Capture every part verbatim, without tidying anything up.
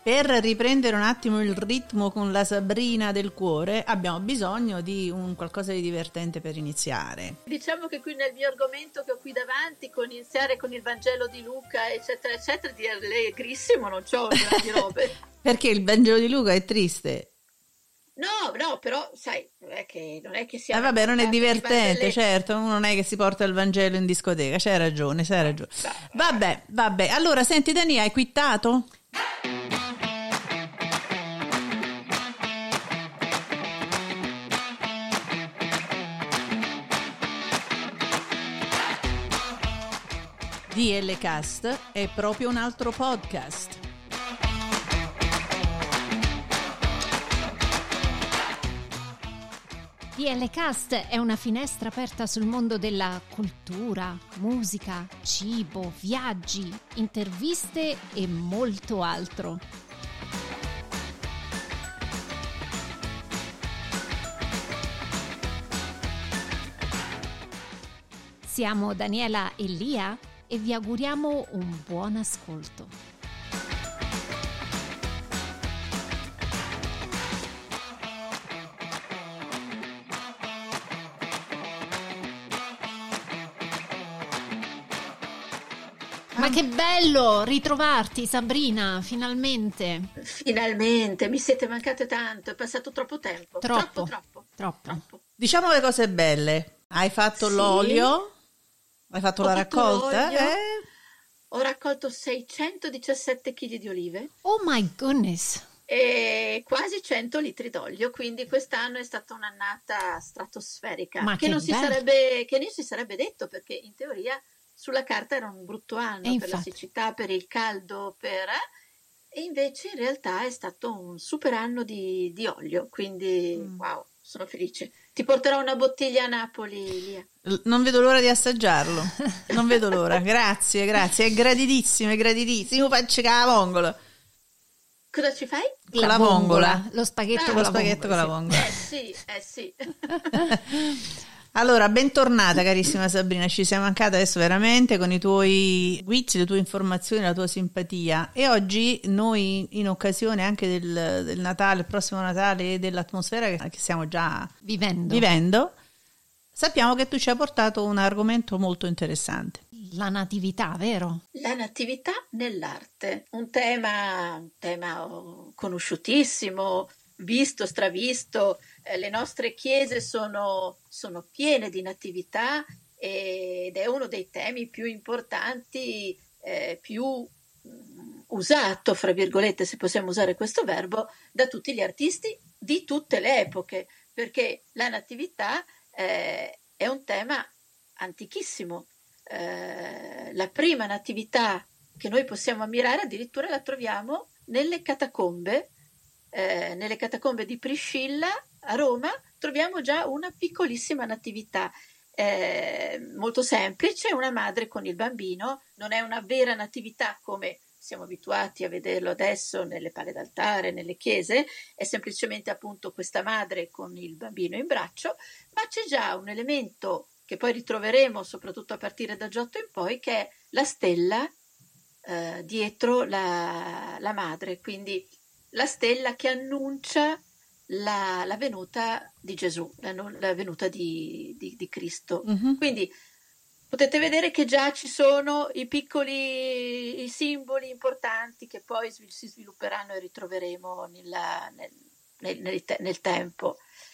per riprendere un attimo il ritmo con la Sabrina del cuore abbiamo bisogno di un qualcosa di divertente per iniziare. Diciamo che qui nel mio argomento che ho qui davanti, con iniziare con il Vangelo di Luca eccetera eccetera, di allegrissimo non c'ho grandi robe. Perché il Vangelo di Luca è triste? No, no, però sai, non è che, non è che sia... Eh vabbè, non è divertente, certo, uno non è che si porta il Vangelo in discoteca, c'hai ragione, c'hai ragione. Vabbè, vabbè, allora senti Dani, hai quittato? D L Cast è proprio un altro podcast. D L Cast è una finestra aperta sul mondo della cultura, musica, cibo, viaggi, interviste e molto altro. Siamo Daniela e Lia e vi auguriamo un buon ascolto. Ma che bello ritrovarti, Sabrina, finalmente. Finalmente, mi siete mancate tanto, è passato troppo tempo. Troppo, troppo, troppo. troppo. troppo. Diciamo le cose belle. Hai fatto Sì. l'olio? Hai fatto Ho la fatto raccolta? l'olio. Eh? Ho raccolto seicentodiciassette chili di olive Oh my goodness. e quasi cento litri d'olio, quindi quest'anno è stata un'annata stratosferica. Ma che, che non si bello. sarebbe, che non si sarebbe detto, perché in teoria sulla carta era un brutto anno E per la infatti. siccità, per il caldo, per... e invece in realtà è stato un super anno di, di olio, quindi Mm. wow, sono felice. Ti porterò una bottiglia a Napoli, Lia. L- Non vedo l'ora di assaggiarlo. Non vedo l'ora. Grazie, grazie. È graditissimo, è graditissimo. Faccio con la vongola. Cosa ci fai? Con la vongola. Lo spaghetto Ah, con Lo la spaghetto con vongola. la sì. vongola. Eh sì, eh sì. Allora, bentornata carissima Sabrina, ci sei mancata adesso veramente con i tuoi guizzi, le tue informazioni, la tua simpatia, e oggi noi in occasione anche del, del Natale, il prossimo Natale e dell'atmosfera che, che stiamo già Vivendo. vivendo, sappiamo che tu ci hai portato un argomento molto interessante. La natività, vero? La natività nell'arte, un tema, un tema oh, conosciutissimo, visto, stravisto. Eh, le nostre chiese sono, sono piene di natività ed è uno dei temi più importanti, eh, più mm, usato, fra virgolette, se possiamo usare questo verbo, da tutti gli artisti di tutte le epoche, perché la natività eh, è un tema antichissimo. Eh, la prima natività che noi possiamo ammirare addirittura la troviamo nelle catacombe, eh, nelle catacombe di Priscilla a Roma. Troviamo già una piccolissima natività, eh, molto semplice, una madre con il bambino. Non è una vera natività come siamo abituati a vederlo adesso nelle pale d'altare, nelle chiese, è semplicemente appunto questa madre con il bambino in braccio, ma c'è già un elemento che poi ritroveremo soprattutto a partire da Giotto in poi, che è la stella eh, dietro la, la madre, quindi la stella che annuncia la, la venuta di Gesù, la, la venuta di, di, di Cristo. Mhm. Quindi potete vedere che già ci sono i piccoli i simboli importanti che poi si svilupperanno e ritroveremo nella, nel, nel, nel, nel tempo.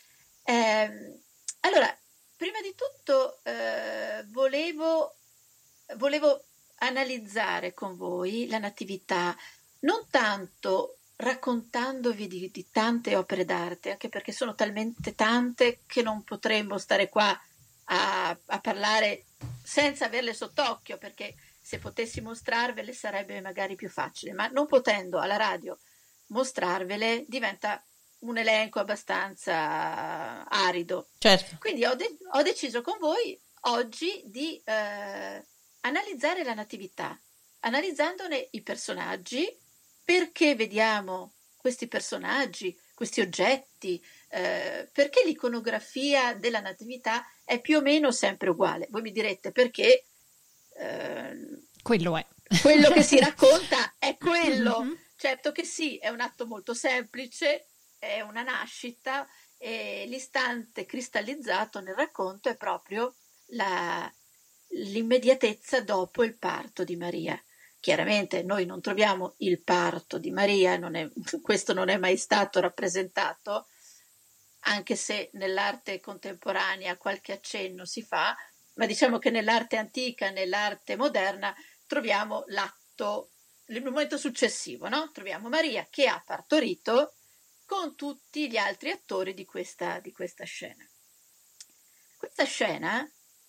Eh, allora, prima di tutto eh, volevo, volevo analizzare con voi la natività, non tanto raccontandovi di, di tante opere d'arte, anche perché sono talmente tante che non potremmo stare qua a, a parlare senza averle sott'occhio, perché se potessi mostrarvele sarebbe magari più facile, ma non potendo alla radio mostrarvele diventa un elenco abbastanza arido. Certo. Quindi ho, de- ho deciso con voi oggi di eh, analizzare la natività, analizzandone i personaggi, perché vediamo questi personaggi, questi oggetti, eh, perché l'iconografia della natività è più o meno sempre uguale. Voi mi direte perché eh, Quello è. quello che si racconta è quello, Mhm. Certo che sì, è un atto molto semplice, è una nascita e l'istante cristallizzato nel racconto è proprio la, l'immediatezza dopo il parto di Maria. Chiaramente noi non troviamo il parto di Maria, non è, questo non è mai stato rappresentato, anche se nell'arte contemporanea qualche accenno si fa, ma diciamo che nell'arte antica, nell'arte moderna, troviamo l'atto, il momento successivo, no? Troviamo Maria che ha partorito con tutti gli altri attori di questa, di questa scena. Questa scena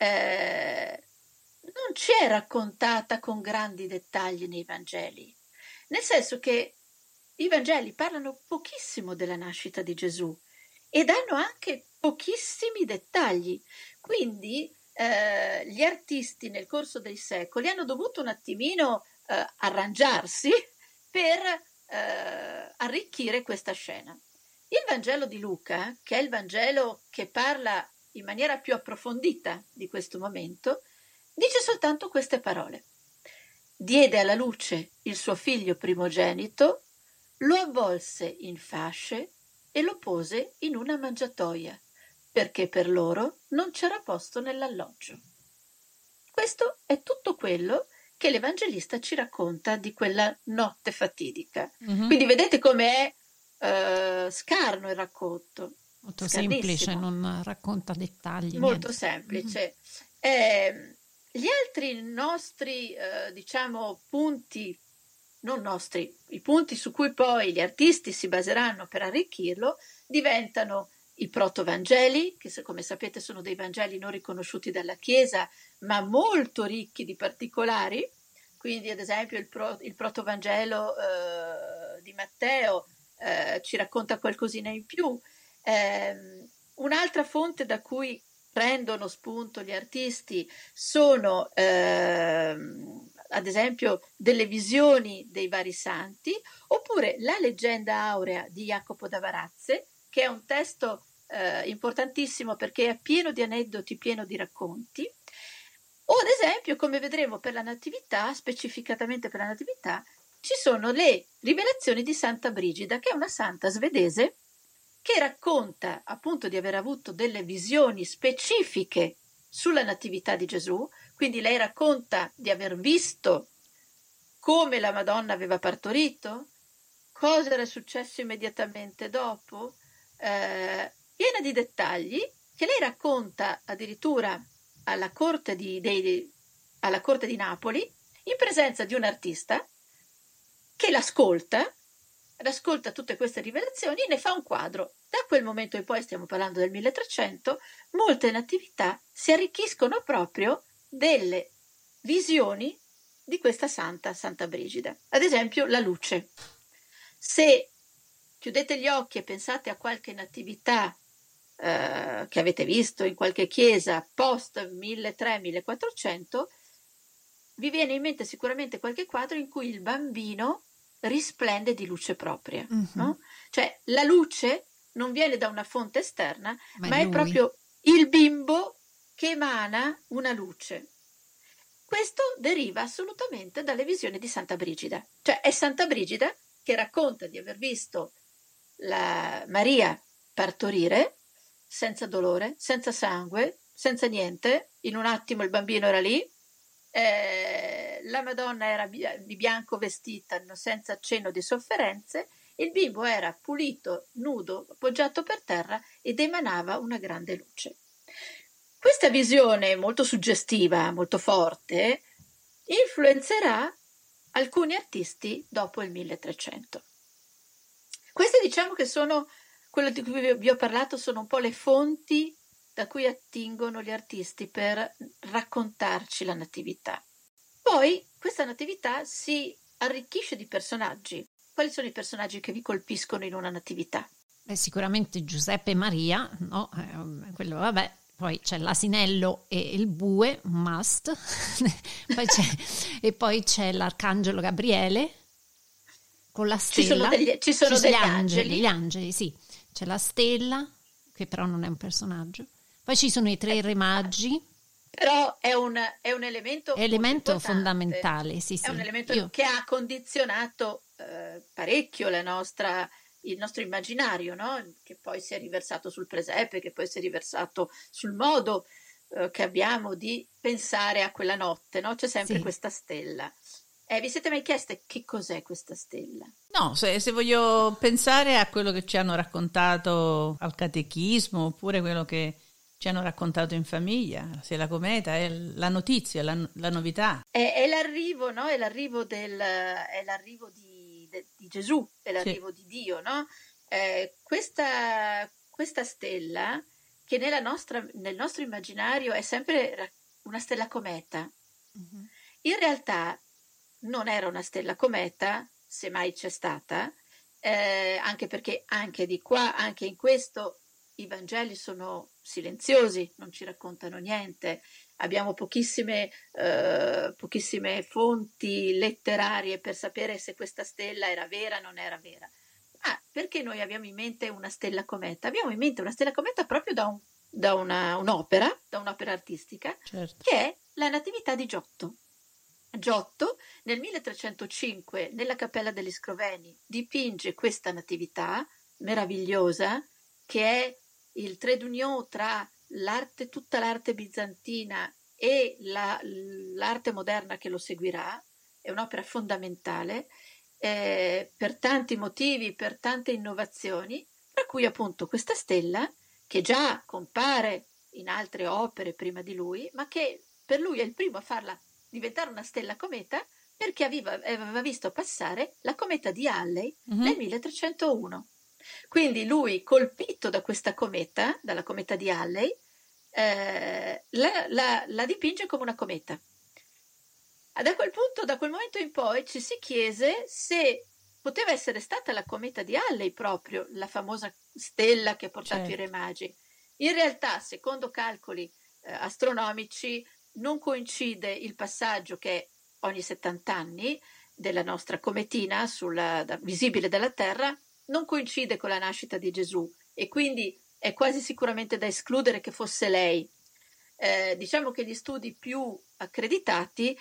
eh, non ci è raccontata con grandi dettagli nei Vangeli, nel senso che i Vangeli parlano pochissimo della nascita di Gesù e danno anche pochissimi dettagli, quindi eh, gli artisti nel corso dei secoli hanno dovuto un attimino eh, arrangiarsi per eh, arricchire questa scena. Il Vangelo di Luca, che è il Vangelo che parla in maniera più approfondita di questo momento, dice soltanto queste parole: diede alla luce il suo figlio primogenito, lo avvolse in fasce e lo pose in una mangiatoia, perché per loro non c'era posto nell'alloggio. Questo è tutto quello che l'Evangelista ci racconta di quella notte fatidica. Mm-hmm. Quindi vedete come è uh, scarno il racconto. Molto semplice, non racconta dettagli. Molto niente. semplice. Mm-hmm. Eh, gli altri nostri, eh, diciamo, punti, non nostri, i punti su cui poi gli artisti si baseranno per arricchirlo, diventano i protovangeli, che come sapete sono dei vangeli non riconosciuti dalla Chiesa, ma molto ricchi di particolari. Quindi ad esempio il, pro, il protovangelo eh, di Matteo eh, ci racconta qualcosina in più. Eh, un'altra fonte da cui prendono spunto gli artisti sono eh, ad esempio delle visioni dei vari santi, oppure la leggenda aurea di Jacopo da Varazze, che è un testo eh, importantissimo perché è pieno di aneddoti, pieno di racconti, o ad esempio, come vedremo per la Natività, specificatamente per la Natività, ci sono le rivelazioni di Santa Brigida, che è una santa svedese che racconta appunto di aver avuto delle visioni specifiche sulla Natività di Gesù. Quindi lei racconta di aver visto come la Madonna aveva partorito, cosa era successo immediatamente dopo, eh, piena di dettagli, che lei racconta addirittura alla corte di, dei, alla corte di Napoli, in presenza di un artista che l'ascolta, ascolta tutte queste rivelazioni e ne fa un quadro. Da quel momento in poi, stiamo parlando del milletrecento, molte natività si arricchiscono proprio delle visioni di questa santa, Santa Brigida. Ad esempio la luce. Se chiudete gli occhi e pensate a qualche natività eh, che avete visto in qualche chiesa post milletrecento millequattrocento, vi viene in mente sicuramente qualche quadro in cui il bambino risplende di luce propria, mm-hmm. no? Cioè la luce non viene da una fonte esterna, ma, ma è proprio il bimbo che emana una luce. Questo deriva assolutamente dalle visioni di Santa Brigida. Cioè è Santa Brigida che racconta di aver visto la Maria partorire senza dolore, senza sangue, senza niente. In un attimo il bambino era lì, eh, la Madonna era di bianco vestita, senza accenno di sofferenze, il bimbo era pulito, nudo, appoggiato per terra ed emanava una grande luce. Questa visione molto suggestiva, molto forte, influenzerà alcuni artisti dopo il milletrecento. Queste, diciamo che sono, quello di cui vi ho parlato, sono un po' le fonti da cui attingono gli artisti per raccontarci la natività. Poi questa natività si arricchisce di personaggi. Quali sono i personaggi che vi colpiscono in una natività? Beh, sicuramente Giuseppe e Maria, no? Eh, quello vabbè. Poi c'è l'asinello e il bue, must. poi c'è, e poi c'è l'arcangelo Gabriele con la stella. Ci sono degli, ci sono ci degli gli angeli, angeli. Gli angeli, sì. C'è la stella, che però non è un personaggio. Poi ci sono i tre re magi. Però è un, è un elemento, è elemento fondamentale, sì, sì. È un elemento Io... che ha condizionato eh, eh, parecchio la nostra, il nostro immaginario, no? Che poi si è riversato sul presepe, che poi si è riversato sul modo eh, che abbiamo di pensare a quella notte, no? C'è sempre Sì. questa stella. Eh, vi siete mai chieste che cos'è questa stella? No, se, se voglio pensare a quello che ci hanno raccontato al catechismo, oppure quello che ci hanno raccontato in famiglia, se la cometa è la notizia, la, la novità. È, è l'arrivo, no? È l'arrivo del, è l'arrivo di, de, di Gesù, è l'arrivo sì. di Dio, no? Eh, questa, questa stella che nella nostra, nel nostro immaginario è sempre una stella cometa. Mm-hmm. In realtà non era una stella cometa, se mai c'è stata, eh, anche perché anche di qua, anche in questo, i Vangeli sono silenziosi, non ci raccontano niente. Abbiamo pochissime, eh, pochissime fonti letterarie per sapere se questa stella era vera o non era vera. Ah, perché noi abbiamo in mente una stella cometa? Abbiamo in mente una stella cometa proprio da, un, da una, un'opera, da un'opera artistica, certo. Che è la Natività di Giotto. Giotto nel milletrecentocinque nella Cappella degli Scroveni dipinge questa natività meravigliosa che è il trait d'union tra l'arte, tutta l'arte bizantina e la, l'arte moderna che lo seguirà. È un'opera fondamentale eh, per tanti motivi, per tante innovazioni, tra cui appunto questa stella che già compare in altre opere prima di lui, ma che per lui è il primo a farla diventare una stella cometa perché aveva, aveva visto passare la cometa di Halley uh-huh. nel milletrecentouno. Quindi lui, colpito da questa cometa, dalla cometa di Halley, eh, la, la, la dipinge come una cometa. Da quel punto, da quel momento in poi, ci si chiese se poteva essere stata la cometa di Halley proprio, la famosa stella che ha portato certo. i Re Magi. In realtà, secondo calcoli eh, astronomici, non coincide il passaggio che è ogni settanta anni della nostra cometina sulla, da, visibile dalla Terra, non coincide con la nascita di Gesù e quindi è quasi sicuramente da escludere che fosse lei. Eh, diciamo che gli studi più accreditati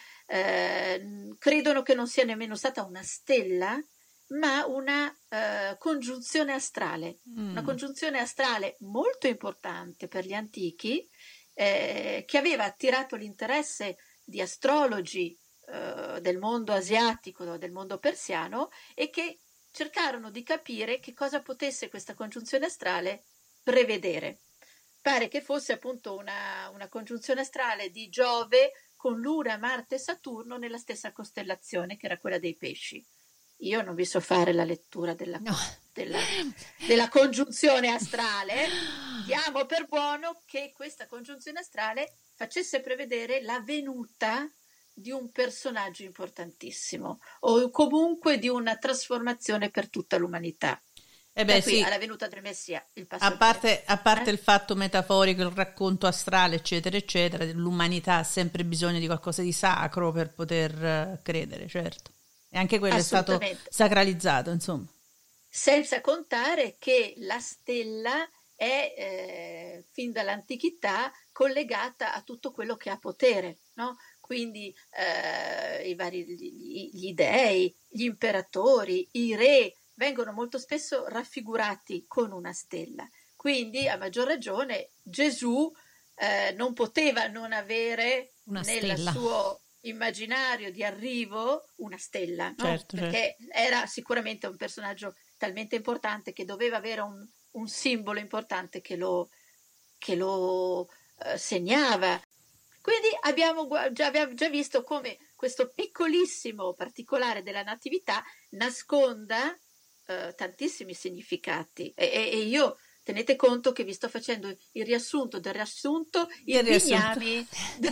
eh, credono che non sia nemmeno stata una stella, ma una eh, congiunzione astrale, mm. una congiunzione astrale molto importante per gli antichi, Eh, che aveva attirato l'interesse di astrologi eh, del mondo asiatico, del mondo persiano, e che cercarono di capire che cosa potesse questa congiunzione astrale prevedere. Pare che fosse appunto una, una congiunzione astrale di Giove con Luna, Marte e Saturno nella stessa costellazione, che era quella dei Pesci. Io non vi so fare la lettura della, no. della, della congiunzione astrale. Diamo per buono che questa congiunzione astrale facesse prevedere la venuta di un personaggio importantissimo o comunque di una trasformazione per tutta l'umanità. Eh beh, sì. Alla venuta del Messia, il a parte, a parte eh? il fatto metaforico, il racconto astrale, eccetera, eccetera, l'umanità ha sempre bisogno di qualcosa di sacro per poter credere, certo. E anche quello è stato sacralizzato, insomma. Senza contare che la stella è eh, fin dall'antichità collegata a tutto quello che ha potere, no? Quindi eh, i vari, gli, gli dei, gli imperatori, i re vengono molto spesso raffigurati con una stella. Quindi a maggior ragione Gesù eh, non poteva non avere una nel stella. suo immaginario di arrivo una stella, no? Certo, perché certo. era sicuramente un personaggio talmente importante che doveva avere un, un simbolo importante che lo, che lo eh, segnava. Quindi abbiamo già, abbiamo già visto come questo piccolissimo particolare della natività nasconda eh, tantissimi significati e, e, e io tenete conto che vi sto facendo il riassunto del riassunto, il, il bignami,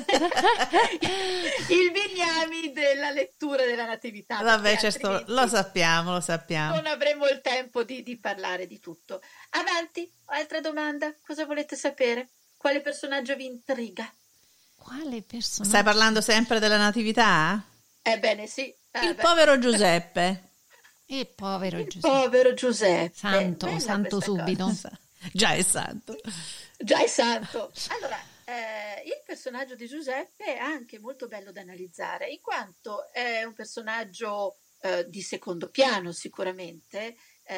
il bignami della lettura della natività. Vabbè, certo, lo sappiamo, lo sappiamo. Non avremo il tempo di, di parlare di tutto. Avanti, altra domanda, cosa volete sapere? Quale personaggio vi intriga? Quale personaggio? Stai parlando sempre della natività? Ebbene sì. Ah, il beh. povero Giuseppe. Il povero il Giuseppe. povero Giuseppe. Santo, Bella santo subito. Cosa. Già è santo. Già è santo. Allora, eh, il personaggio di Giuseppe è anche molto bello da analizzare, in quanto è un personaggio eh, di secondo piano sicuramente,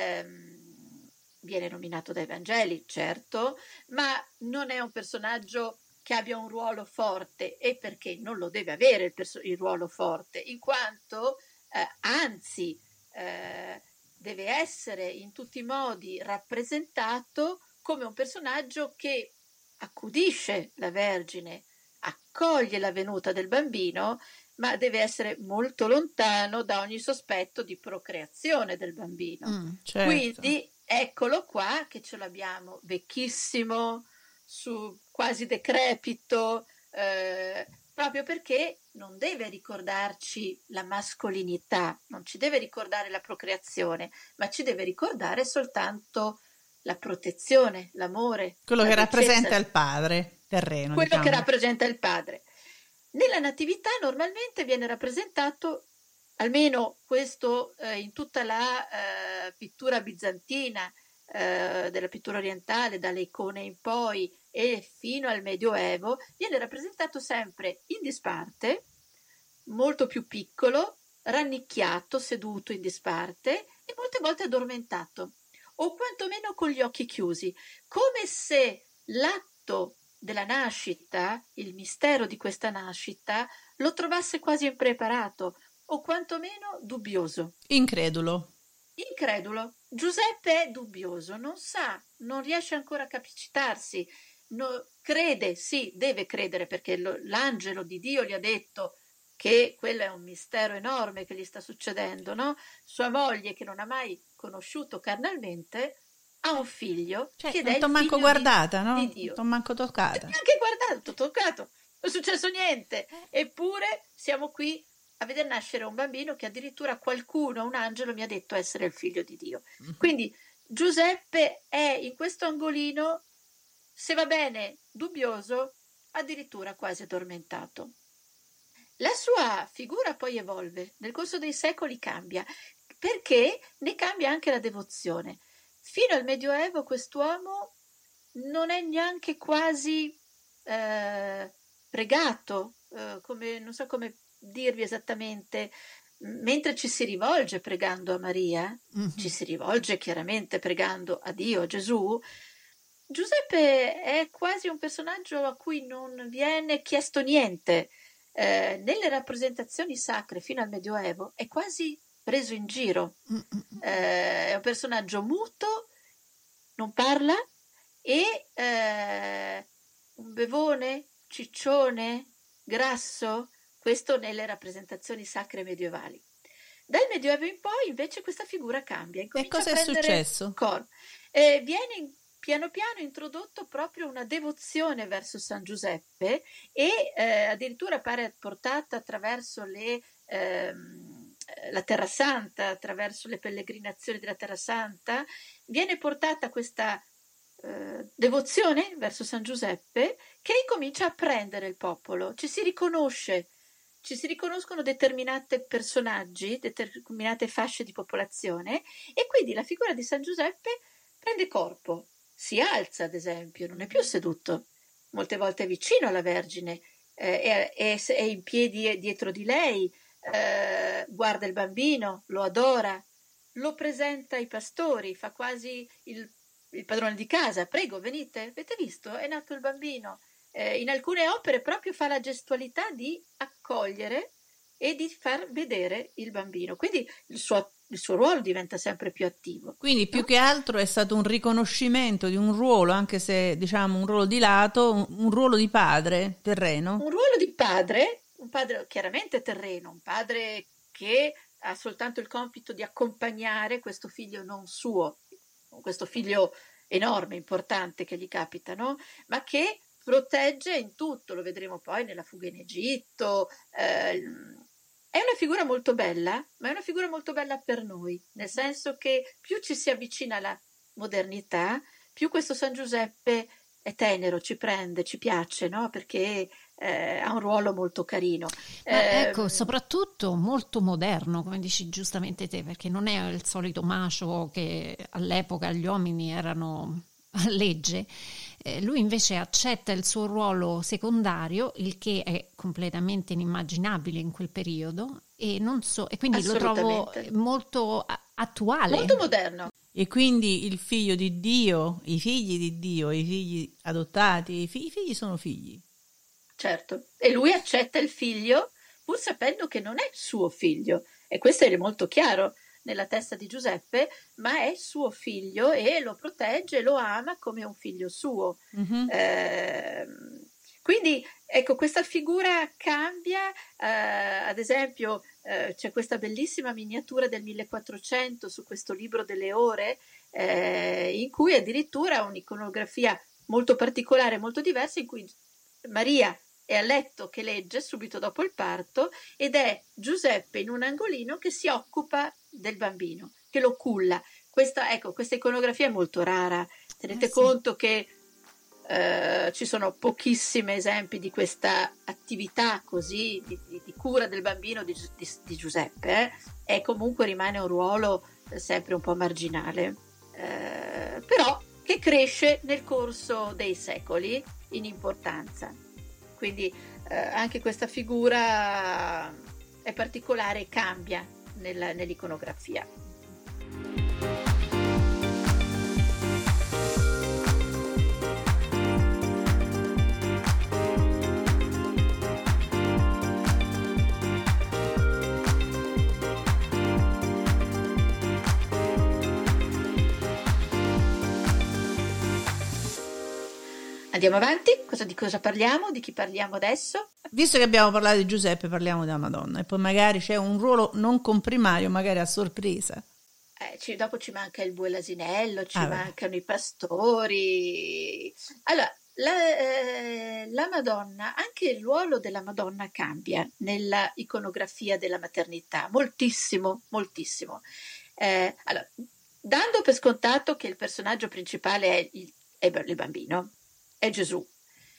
ehm, viene nominato dai Vangeli, certo, ma non è un personaggio che abbia un ruolo forte, e perché non lo deve avere il, perso- il ruolo forte, in quanto eh, anzi eh, deve essere in tutti i modi rappresentato come un personaggio che accudisce la Vergine, accoglie la venuta del bambino, ma deve essere molto lontano da ogni sospetto di procreazione del bambino. Mm, certo. Quindi eccolo qua che ce l'abbiamo vecchissimo, su quasi decrepito, eh, proprio perché non deve ricordarci la mascolinità, non ci deve ricordare la procreazione, ma ci deve ricordare soltanto la protezione, l'amore. Quello la che dolcezza, rappresenta il padre terreno. quello diciamo. che rappresenta il padre. Nella natività normalmente viene rappresentato, almeno questo eh, in tutta la eh, pittura bizantina, eh, della pittura orientale, dalle icone in poi e fino al Medioevo, viene rappresentato sempre in disparte, molto più piccolo, rannicchiato, seduto in disparte e molte volte addormentato, o quantomeno con gli occhi chiusi, come se l'atto della nascita, il mistero di questa nascita, lo trovasse quasi impreparato o quantomeno dubbioso. Incredulo. Incredulo. Giuseppe è dubbioso, non sa, non riesce ancora a capacitarsi, no, crede, sì, deve credere perché lo, l'angelo di Dio gli ha detto che quello è un mistero enorme che gli sta succedendo, no? Sua moglie, che non ha mai conosciuto carnalmente, ha un figlio, Cioè, che non è t'ho il manco figlio guardata, di, no? di Dio. Non t'ho manco toccata. Neanche guardato, toccato, non è successo niente. Eppure siamo qui a vedere nascere un bambino che addirittura qualcuno, un angelo, mi ha detto essere il figlio di Dio. Quindi Giuseppe è in questo angolino, se va bene, dubbioso, addirittura quasi addormentato. La sua figura poi evolve, nel corso dei secoli cambia, perché ne cambia anche la devozione. Fino al Medioevo quest'uomo non è neanche quasi eh, pregato, eh, come, non so come dirvi esattamente, mentre ci si rivolge pregando a Maria, mm-hmm. ci si rivolge chiaramente pregando a Dio, a Gesù. Giuseppe è quasi un personaggio a cui non viene chiesto niente. Eh, nelle rappresentazioni sacre fino al Medioevo è quasi preso in giro. Eh, è un personaggio muto, non parla, e eh, un bevone, ciccione, grasso, questo nelle rappresentazioni sacre medievali. Dal Medioevo in poi invece questa figura cambia. E cosa è successo? Corpo. Eh, viene in, piano piano introdotto proprio una devozione verso San Giuseppe e eh, addirittura pare portata attraverso le, ehm, la Terra Santa, attraverso le pellegrinazioni della Terra Santa, viene portata questa eh, devozione verso San Giuseppe che incomincia a prendere il popolo, ci si riconosce, ci si riconoscono determinati personaggi, determinate fasce di popolazione e quindi la figura di San Giuseppe prende corpo. Si alza, ad esempio, non è più seduto, molte volte è vicino alla Vergine, eh, è, è, è in piedi dietro di lei, eh, guarda il bambino, lo adora, lo presenta ai pastori, fa quasi il, il padrone di casa. Prego, venite, avete visto? È nato il bambino. Eh, in alcune opere proprio fa la gestualità di accogliere e di far vedere il bambino. Quindi il suo il suo ruolo diventa sempre più attivo. Quindi più no? che altro è stato un riconoscimento di un ruolo, anche se diciamo un ruolo di lato, un, un ruolo di padre terreno. Un ruolo di padre, un padre chiaramente terreno, un padre che ha soltanto il compito di accompagnare questo figlio non suo, questo figlio enorme, importante che gli capita, no? Ma che protegge in tutto, lo vedremo poi nella fuga in Egitto. Eh, È una figura molto bella, ma è una figura molto bella per noi, nel senso che più ci si avvicina alla modernità, più questo San Giuseppe è tenero, ci prende, ci piace, no? Perché eh, ha un ruolo molto carino. Ma eh, ecco, soprattutto molto moderno, come dici giustamente te, perché non è il solito macio che all'epoca gli uomini erano a legge. eh, lui invece accetta il suo ruolo secondario, il che è completamente inimmaginabile in quel periodo, e, non so, e quindi lo trovo molto attuale. Molto moderno. E quindi il figlio di Dio, i figli di Dio, i figli adottati, i figli, i figli sono figli. Certo, e lui accetta il figlio pur sapendo che non è suo figlio, e questo è molto chiaro nella testa di Giuseppe, ma è suo figlio e lo protegge, lo ama come un figlio suo. Mm-hmm. Eh, quindi ecco, questa figura cambia, eh, ad esempio eh, c'è questa bellissima miniatura del millequattrocento su questo libro delle ore, eh, in cui addirittura un'iconografia molto particolare, molto diversa, in cui Maria è a letto che legge subito dopo il parto ed è Giuseppe in un angolino che si occupa del bambino, che lo culla. Questa, ecco, questa iconografia è molto rara, tenete eh sì. conto che eh, ci sono pochissimi esempi di questa attività così di, di, di cura del bambino di, di, di Giuseppe, eh? E comunque rimane un ruolo eh, sempre un po' marginale, eh, però che cresce nel corso dei secoli in importanza. Quindi eh, anche questa figura è particolare e cambia nella, nell'iconografia. Andiamo avanti, cosa, di cosa parliamo? Di chi parliamo adesso? Visto che abbiamo parlato di Giuseppe, parliamo della Madonna, e poi magari c'è un ruolo non comprimario, magari a sorpresa. Eh, ci, dopo ci manca il bue l'asinello, ci ah, mancano beh. i pastori. Allora, la, eh, la Madonna, anche il ruolo della Madonna cambia nella iconografia della maternità, moltissimo, moltissimo. Eh, allora, dando per scontato che il personaggio principale è il, è il bambino, è Gesù.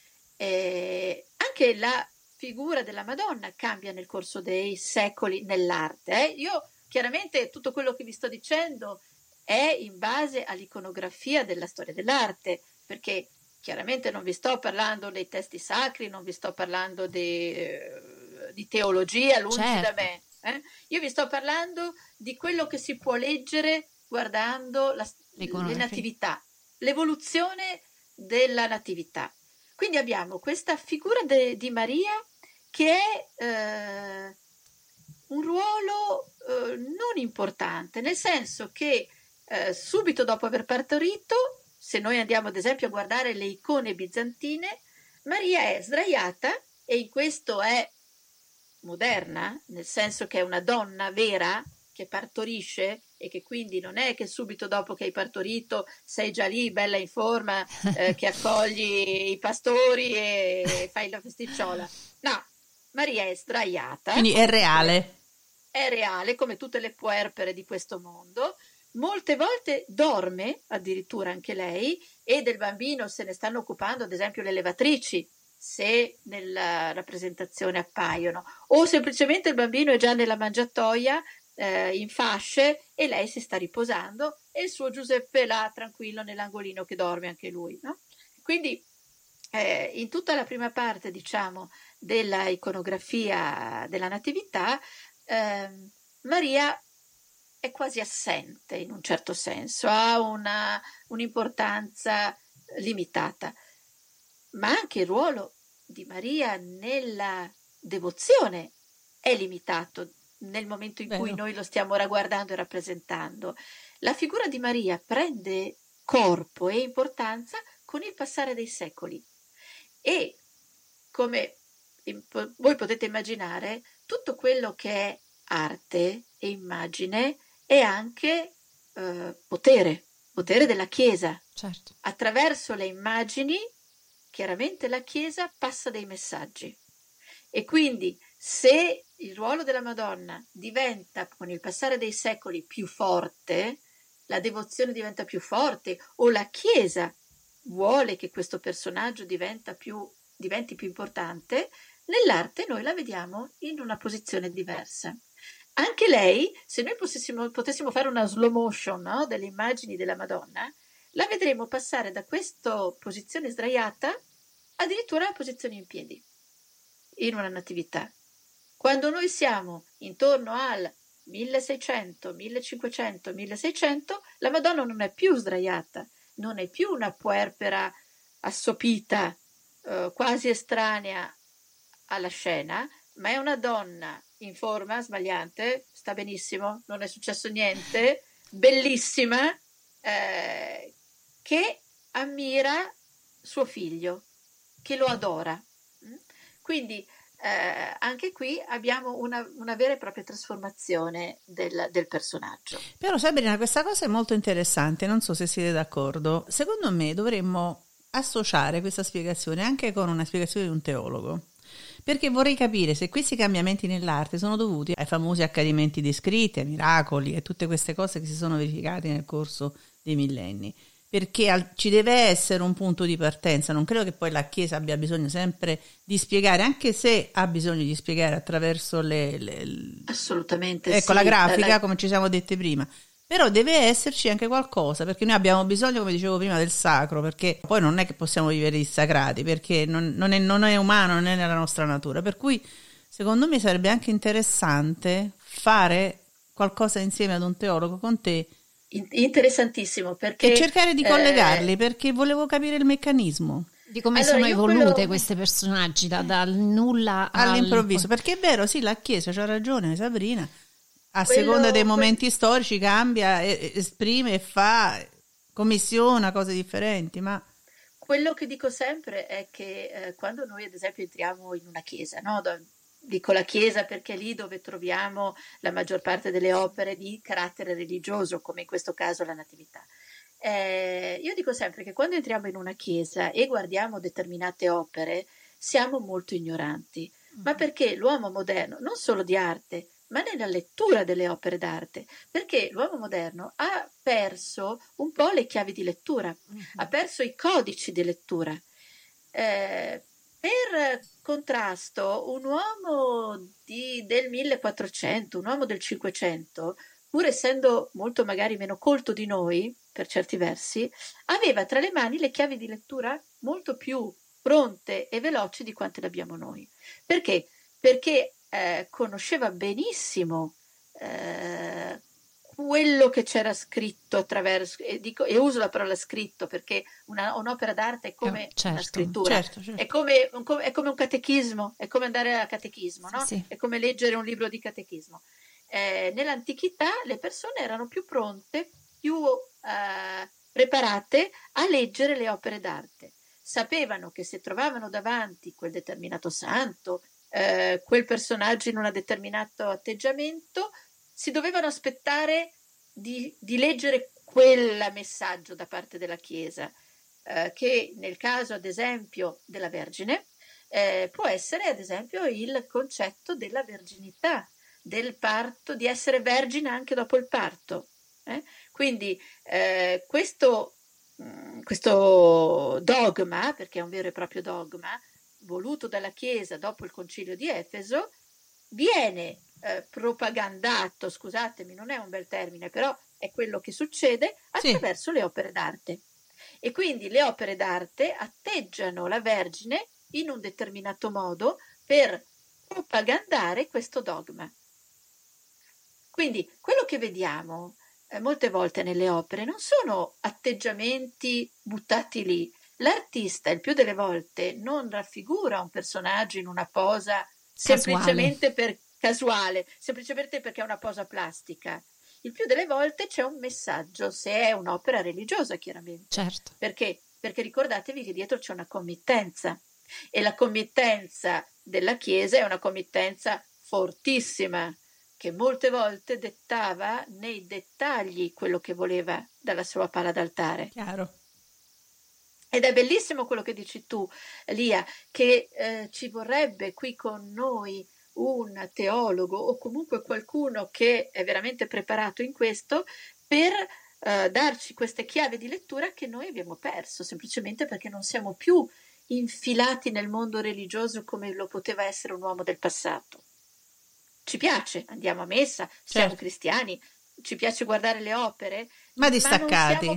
Eh, anche la figura della Madonna cambia nel corso dei secoli nell'arte. Eh. Io chiaramente tutto quello che vi sto dicendo è in base all'iconografia della storia dell'arte, perché chiaramente non vi sto parlando dei testi sacri, non vi sto parlando de, di teologia, lungi certo. da me. Eh. Io vi sto parlando di quello che si può leggere guardando la, le natività, l'evoluzione della natività. Quindi abbiamo questa figura de, di Maria che è eh, un ruolo eh, non importante, nel senso che eh, subito dopo aver partorito, se noi andiamo ad esempio a guardare le icone bizantine, Maria è sdraiata, e in questo è moderna, nel senso che è una donna vera che partorisce, e che quindi non è che subito dopo che hai partorito sei già lì bella in forma, eh, che accogli i pastori e fai la festicciola. No, Maria è sdraiata. Quindi è reale. È reale, come tutte le puerpere di questo mondo. Molte volte dorme, addirittura anche lei, e del bambino se ne stanno occupando ad esempio le levatrici, se nella rappresentazione appaiono, o semplicemente il bambino è già nella mangiatoia, Eh, in fasce, e lei si sta riposando e il suo Giuseppe è là tranquillo nell'angolino che dorme anche lui, no? Quindi eh, in tutta la prima parte, diciamo, della iconografia della natività, eh, Maria è quasi assente in un certo senso, ha una, un'importanza limitata, ma anche il ruolo di Maria nella devozione è limitato nel momento in Bello. cui noi lo stiamo raguardando e rappresentando. La figura di Maria prende corpo e importanza con il passare dei secoli, e come voi potete immaginare, tutto quello che è arte e immagine è anche eh, potere, potere della Chiesa. Certo. Attraverso le immagini, chiaramente la Chiesa passa dei messaggi, e quindi se il ruolo della Madonna diventa con il passare dei secoli più forte, la devozione diventa più forte, o la Chiesa vuole che questo personaggio diventa più, diventi più importante, nell'arte noi la vediamo in una posizione diversa. Anche lei, se noi potessimo, potessimo fare una slow motion, no, delle immagini della Madonna, la vedremo passare da questa posizione sdraiata addirittura alla posizione in piedi in una natività. Quando noi siamo intorno al milleseicento, millecinquecento, milleseicento, la Madonna non è più sdraiata, non è più una puerpera assopita, eh, quasi estranea alla scena, ma è una donna in forma smagliante, sta benissimo, non è successo niente, bellissima, eh, che ammira suo figlio, che lo adora. Quindi eh, anche qui abbiamo una, una vera e propria trasformazione del, del personaggio. Però Sabrina, questa cosa è molto interessante, non so se siete d'accordo. Secondo me dovremmo associare questa spiegazione anche con una spiegazione di un teologo, perché vorrei capire se questi cambiamenti nell'arte sono dovuti ai famosi accadimenti descritti, ai miracoli e tutte queste cose che si sono verificate nel corso dei millenni, perché al, ci deve essere un punto di partenza. Non credo che poi la Chiesa abbia bisogno sempre di spiegare, anche se ha bisogno di spiegare attraverso le, le, le assolutamente ecco, sì, la grafica, la... come ci siamo dette prima. Però deve esserci anche qualcosa, perché noi abbiamo bisogno, come dicevo prima, del sacro, perché poi non è che possiamo vivere dissacrati, perché non, non, è, non è umano, non è nella nostra natura. Per cui secondo me sarebbe anche interessante fare qualcosa insieme ad un teologo, con te. Interessantissimo, perché... E cercare di collegarli, eh, perché volevo capire il meccanismo. Di come allora, sono evolute quello... questi personaggi, da, dal nulla all'improvviso. al... Perché è vero, sì, la Chiesa, c'ha ragione Sabrina, a quello, seconda dei momenti quel... storici cambia, esprime e fa, commissiona cose differenti, ma... Quello che dico sempre è che eh, quando noi ad esempio entriamo in una chiesa, no? Da, dico la chiesa perché è lì dove troviamo la maggior parte delle opere di carattere religioso, come in questo caso la Natività. Eh, io dico sempre che quando entriamo in una chiesa e guardiamo determinate opere siamo molto ignoranti, ma perché l'uomo moderno, non solo di arte, ma nella lettura delle opere d'arte, perché l'uomo moderno ha perso un po' le chiavi di lettura, uh-huh. ha perso i codici di lettura. Eh, per contrasto, un uomo di, del millequattrocento, un uomo del cinquecento, pur essendo molto magari meno colto di noi, per certi versi, aveva tra le mani le chiavi di lettura molto più pronte e veloci di quante le abbiamo noi. Perché? Perché eh, conosceva benissimo eh, quello che c'era scritto attraverso, e, dico, e uso la parola scritto perché una, un'opera d'arte è come eh, certo, una scrittura, certo, certo. È, come, un, è come un catechismo, è come andare a catechismo, no? Sì. È come leggere un libro di catechismo. Eh, nell'antichità le persone erano più pronte, più eh, preparate a leggere le opere d'arte. Sapevano che se trovavano davanti quel determinato santo, eh, quel personaggio in un determinato atteggiamento, si dovevano aspettare di, di leggere quel messaggio da parte della Chiesa, eh, che nel caso ad esempio della Vergine eh, può essere ad esempio il concetto della verginità, del parto, di essere vergine anche dopo il parto. Eh? Quindi eh, questo, mh, questo dogma, perché è un vero e proprio dogma, voluto dalla Chiesa dopo il concilio di Efeso, viene eh, propagandato, scusatemi, non è un bel termine, però è quello che succede attraverso sì. le opere d'arte. E quindi le opere d'arte atteggiano la Vergine in un determinato modo per propagandare questo dogma. Quindi quello che vediamo eh, molte volte nelle opere non sono atteggiamenti buttati lì. L'artista il più delle volte non raffigura un personaggio in una posa semplicemente per casuale, semplicemente perché è una posa plastica. Il più delle volte c'è un messaggio, se è un'opera religiosa chiaramente. Certo. Perché? Perché ricordatevi che dietro c'è una committenza e la committenza della Chiesa è una committenza fortissima, che molte volte dettava nei dettagli quello che voleva dalla sua pala d'altare. Chiaro. Ed è bellissimo quello che dici tu, Lia, che eh, ci vorrebbe qui con noi un teologo o comunque qualcuno che è veramente preparato in questo per eh, darci queste chiavi di lettura che noi abbiamo perso, semplicemente perché non siamo più infilati nel mondo religioso come lo poteva essere un uomo del passato. Ci piace, andiamo a messa, siamo certo. cristiani, ci piace guardare le opere, ma distaccati. Ma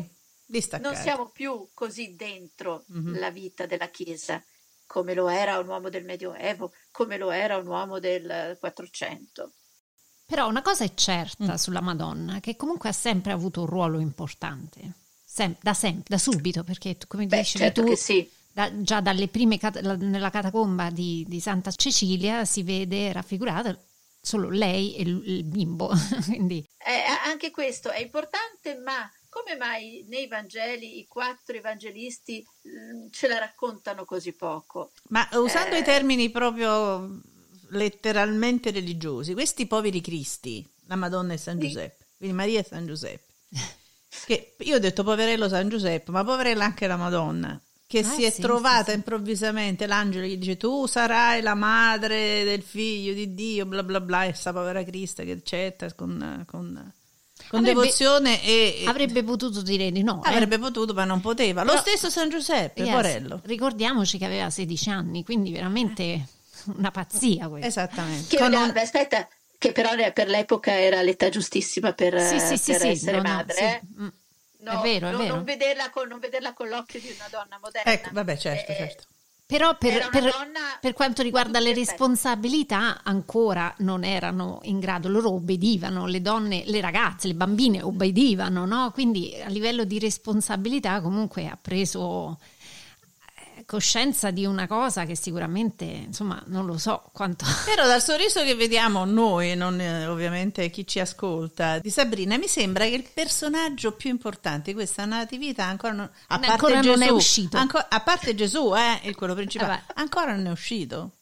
Distaccati. Non siamo più così dentro Mhm. la vita della Chiesa come lo era un uomo del Medioevo, come lo era un uomo del Quattrocento. Però una cosa è certa Mm. sulla Madonna, che comunque ha sempre avuto un ruolo importante, Sem- da sempre, da subito, perché tu- come Beh, dicevi certo tu, che sì. da- già dalle prime cat- la- nella catacomba di, di Santa Cecilia si vede raffigurata solo lei e il, il bimbo, quindi Eh, anche questo è importante, ma come mai nei Vangeli i quattro evangelisti mh, ce la raccontano così poco? Ma usando Eh, i termini proprio letteralmente religiosi, questi poveri cristi, la Madonna e San Sì. Giuseppe, quindi Maria e San Giuseppe, che io ho detto poverello San Giuseppe, ma poverella anche la Madonna, che Ah, si è sì, trovata sì, sì. improvvisamente, l'angelo gli dice tu sarai la madre del figlio di Dio, bla bla bla, e sta povera Crista che accetta con, con, con Avrebbe- devozione e... avrebbe potuto dire di no. eh. Avrebbe potuto, ma non poteva. Lo Però- stesso San Giuseppe, Yes, porello. ricordiamoci che aveva sedici anni, quindi veramente una pazzia questa. Esattamente. che, Con no, un- beh, aspetta, che però per l'epoca era l'età giustissima per, Sì, sì, sì, per sì, essere no, no, madre. sì. eh. Mm. No, È vero, è no, vero. Non, vederla con, non vederla con l'occhio di una donna moderna. Ecco, vabbè, certo, Eh, certo. Però per, Era una per- donna per quanto a riguarda tutti le gli effetti. responsabilità, ancora non erano in grado, loro obbedivano, le donne, le ragazze, le bambine obbedivano, no? Quindi a livello di responsabilità comunque ha preso eh, coscienza di una cosa che sicuramente, insomma, non lo so quanto... Però dal sorriso che vediamo noi, non eh, ovviamente chi ci ascolta, di Sabrina, mi sembra che il personaggio più importante di questa natività ancora non, a parte Ancora Gesù, non è uscito. anco- a parte Gesù, eh, il quello principale, Eh beh. ancora non è uscito.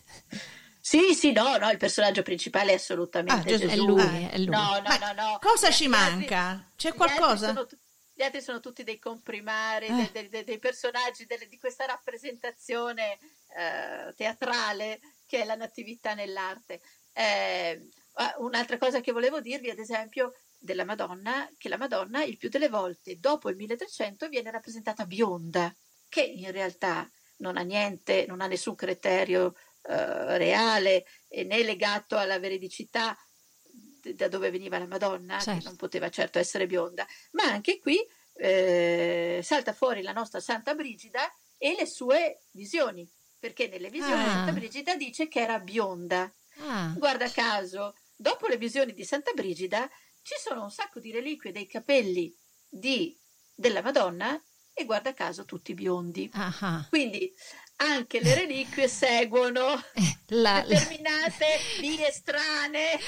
Sì, sì, no, no, il personaggio principale è assolutamente Ah, Gesù. È lui, Ah. è lui. No, no, Ma no, no. cosa Gli- ci gli altri- manca? C'è gli altri qualcosa? sono tu- Gli altri sono tutti dei comprimari, Eh. de- de- de- dei personaggi delle- di questa rappresentazione eh, teatrale che è la natività nell'arte. Eh, ah, un'altra cosa che volevo dirvi, ad esempio, della Madonna, che la Madonna il più delle volte dopo il milletrecento viene rappresentata bionda, che in realtà non ha niente, non ha nessun criterio eh, reale e né legato alla veridicità d- da dove veniva la Madonna, Certo. che non poteva certo essere bionda, ma anche qui eh, salta fuori la nostra Santa Brigida e le sue visioni, perché nelle visioni Ah. Santa Brigida dice che era bionda. Ah, Guarda caso, dopo le visioni di Santa Brigida ci sono un sacco di reliquie dei capelli di, della Madonna e guarda caso tutti biondi. ah, ah. Quindi anche le reliquie seguono Eh, la- la- determinate vie strane.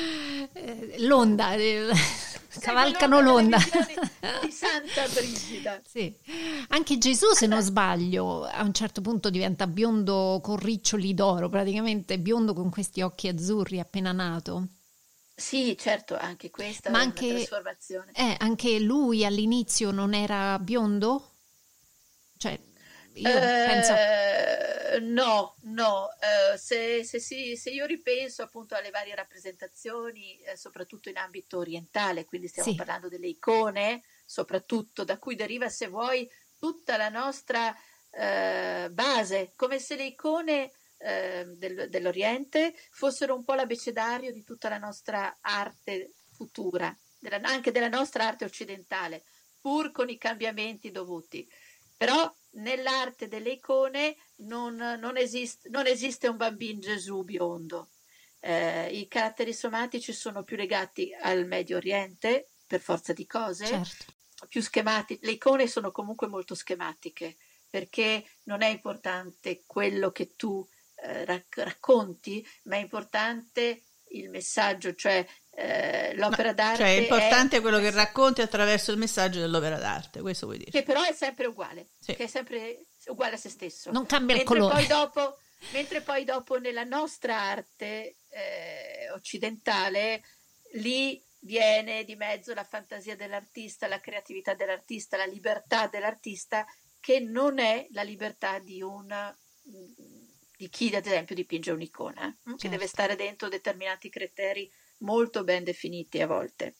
eh, l'onda, eh, cavalcano seguono l'onda. le visioni di Santa Brigida. Sì. Anche Gesù, se non sbaglio, a un certo punto diventa biondo con riccioli d'oro, praticamente biondo con questi occhi azzurri appena nato. Sì, certo, anche questa Ma è anche- una trasformazione. Eh, anche lui all'inizio non era biondo? Cioè, io penso... Eh, no, no, eh, se, se, sì, se io ripenso appunto alle varie rappresentazioni, eh, soprattutto in ambito orientale, quindi stiamo Sì. parlando delle icone, soprattutto da cui deriva, se vuoi, tutta la nostra eh, base, come se le icone eh, del- dell'Oriente fossero un po' l'abecedario di tutta la nostra arte futura, della- anche della nostra arte occidentale, pur con i cambiamenti dovuti. Però nell'arte delle icone non, non esiste, non esiste un bambino Gesù biondo. Eh, I caratteri somatici sono più legati al Medio Oriente, per forza di cose, Certo. più schematiche. Le icone sono comunque molto schematiche, perché non è importante quello che tu eh, rac- racconti, ma è importante il messaggio, cioè eh, l'opera No, d'arte cioè, è importante è- quello che racconti attraverso il messaggio dell'opera d'arte, questo vuoi dire? che però è sempre uguale, Sì. che è sempre uguale a se stesso. Non cambia il mentre colore. Poi dopo, mentre poi dopo nella nostra arte eh, occidentale, lì viene di mezzo la fantasia dell'artista, la creatività dell'artista, la libertà dell'artista, che non è la libertà di un di chi ad esempio dipinge un'icona, eh, che Certo. deve stare dentro determinati criteri molto ben definiti a volte.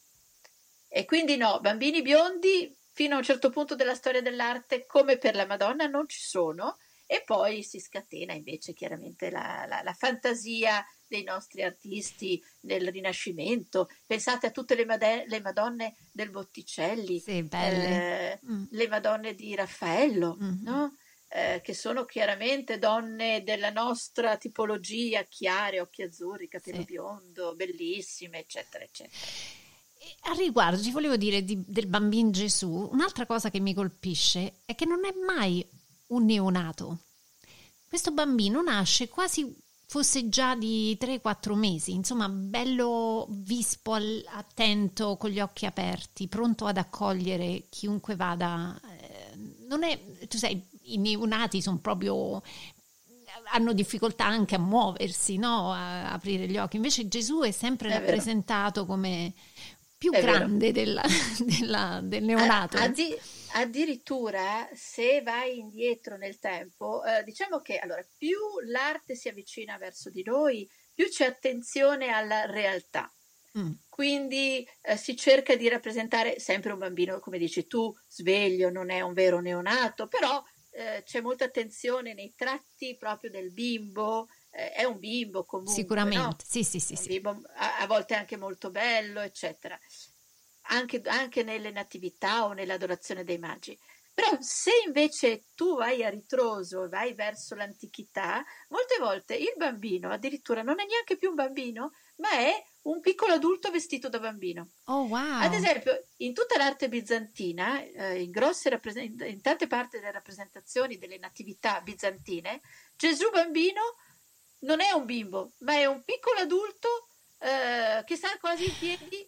E quindi no, bambini biondi fino a un certo punto della storia dell'arte, come per la Madonna, non ci sono, e poi si scatena invece chiaramente la, la, la fantasia dei nostri artisti nel Rinascimento. Pensate a tutte le, made- le Madonne del Botticelli, sì, belle. eh, Mm. le Madonne di Raffaello, Mm. no? Eh, che sono chiaramente donne della nostra tipologia, chiare, occhi azzurri, capello Sì. biondo, bellissime, eccetera, eccetera. E a riguardo ti volevo dire di- del bambino Gesù, un'altra cosa che mi colpisce è che non è mai un neonato. Questo bambino nasce quasi fosse già di tre quattro mesi, insomma bello vispo, al- attento, con gli occhi aperti, pronto ad accogliere chiunque vada. Eh, non è, tu sai, i neonati sono proprio, hanno difficoltà anche a muoversi, no? A aprire gli occhi. Invece Gesù è sempre È vero. rappresentato come più È vero. grande della- della- del neonato. A- addi- addirittura se vai indietro nel tempo, eh, diciamo che allora più l'arte si avvicina verso di noi, più c'è attenzione alla realtà. Mm. Quindi eh, si cerca di rappresentare sempre un bambino, come dici tu, sveglio, non è un vero neonato, però eh, c'è molta attenzione nei tratti proprio del bimbo, eh, è un bimbo comunque, Sicuramente, no? sì, sì, sì, Un sì. bimbo a, a volte anche molto bello, eccetera. Anche, anche nelle natività o nell'adorazione dei magi. Però se invece tu vai a ritroso, vai verso l'antichità, molte volte il bambino addirittura non è neanche più un bambino, ma è un piccolo adulto vestito da bambino. Oh, wow. Ad esempio, in tutta l'arte bizantina, eh, in, grosse rappresent- in tante parti delle rappresentazioni delle natività bizantine, Gesù bambino non è un bimbo, ma è un piccolo adulto eh, che sta quasi in piedi,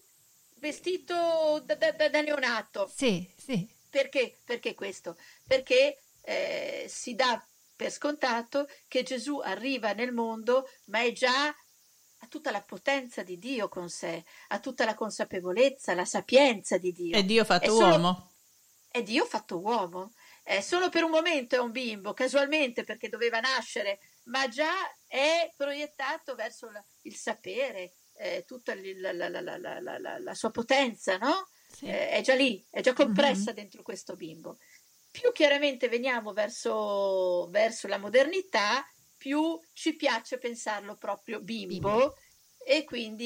vestito da, da, da neonato. Sì, sì. Perché? Perché questo? Perché eh, si dà per scontato che Gesù arriva nel mondo, ma è già ha tutta la potenza di Dio con sé, ha tutta la consapevolezza, la sapienza di Dio. È Dio fatto È solo- uomo. È Dio fatto uomo. È solo per un momento è un bimbo, casualmente perché doveva nascere, ma già è proiettato verso la- il sapere, eh, tutta il- la, la- la- la- la- la- la sua potenza, no? Sì. Eh, è già lì, è già compressa Mhm. dentro questo bimbo. Più chiaramente veniamo verso, verso la modernità, più ci piace pensarlo proprio bimbo, Bimbo. e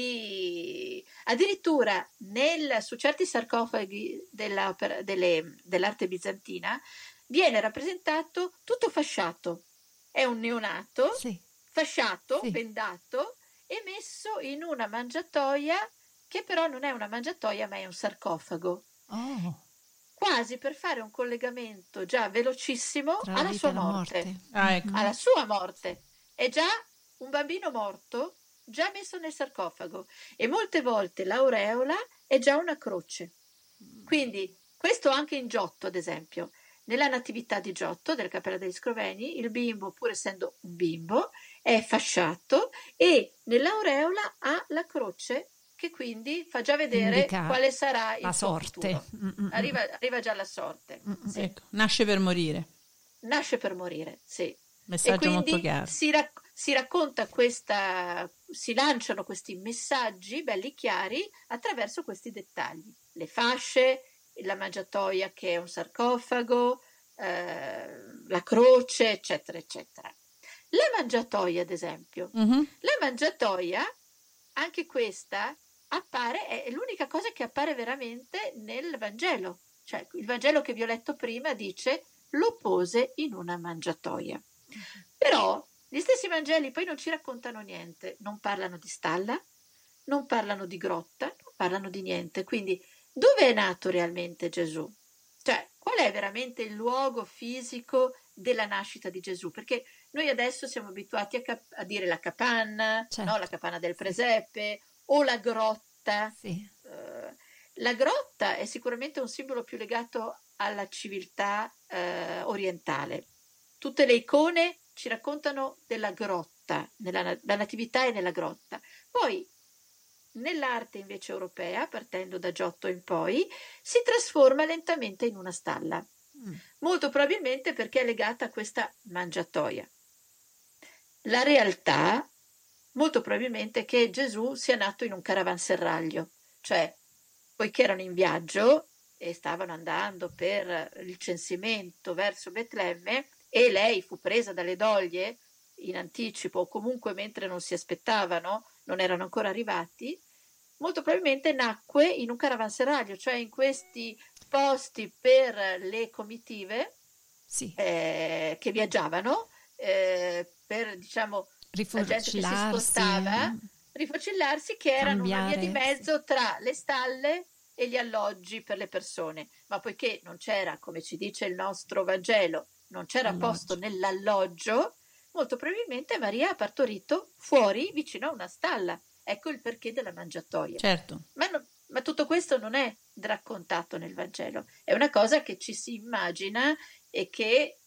quindi addirittura nel, su certi sarcofagi della- per- delle- dell'arte bizantina viene rappresentato tutto fasciato. È un neonato Sì. fasciato, Sì. bendato e messo in una mangiatoia che però non è una mangiatoia ma è un sarcofago, Oh, quasi per fare un collegamento già velocissimo tra la alla vita sua e la morte, morte. Ah, ecco. Mhm. alla sua morte. È già un bambino morto, già messo nel sarcofago, e molte volte l'aureola è già una croce. Quindi questo anche in Giotto, ad esempio. Nella natività di Giotto, della Cappella degli Scrovegni, il bimbo, pur essendo un bimbo, è fasciato e nell'aureola ha la croce che quindi fa già vedere Indica quale sarà il la suo sorte. futuro. Mm, mm, Arriva, arriva già la sorte. mm, mm. Sì. Ecco, nasce per morire. Nasce per morire, sì. E Messaggio quindi molto chiaro. si, rac- si racconta questa, si lanciano questi messaggi belli chiari attraverso questi dettagli. Le fasce, la mangiatoia che è un sarcofago, eh, la croce, eccetera, eccetera. La mangiatoia, ad esempio, Mhm. la mangiatoia, anche questa appare, è l'unica cosa che appare veramente nel Vangelo. Cioè, il Vangelo che vi ho letto prima dice lo pose in una mangiatoia. Però gli stessi Vangeli poi non ci raccontano niente, non parlano di stalla, non parlano di grotta, non parlano di niente. Quindi dove è nato realmente Gesù? Cioè, qual è veramente il luogo fisico della nascita di Gesù? Perché noi adesso siamo abituati a, cap- a dire la capanna, Certo. no? La capanna del presepe o la grotta. Sì. Eh, la grotta è sicuramente un simbolo più legato alla civiltà eh, orientale. Tutte le icone ci raccontano della grotta, nella la natività è nella grotta. Poi nell'arte invece europea, partendo da Giotto in poi, si trasforma lentamente in una stalla, Mm. molto probabilmente perché è legata a questa mangiatoia. La realtà, molto probabilmente, è che Gesù sia nato in un caravanserraglio, cioè poiché erano in viaggio e stavano andando per il censimento verso Betlemme e lei fu presa dalle doglie in anticipo o comunque mentre non si aspettavano, non erano ancora arrivati, molto probabilmente nacque in un caravanserraglio, cioè in questi posti per le comitive Sì. eh, che viaggiavano, eh, per diciamo la gente che si spostava, rifocillarsi, che erano una via di mezzo tra le stalle e gli alloggi per le persone. Ma poiché non c'era, come ci dice il nostro Vangelo, non c'era alloggio. Posto nell'alloggio, molto probabilmente Maria ha partorito fuori, vicino a una stalla. Ecco il perché della mangiatoia. Certo. Ma, no, ma tutto questo non è raccontato nel Vangelo, è una cosa che ci si immagina e che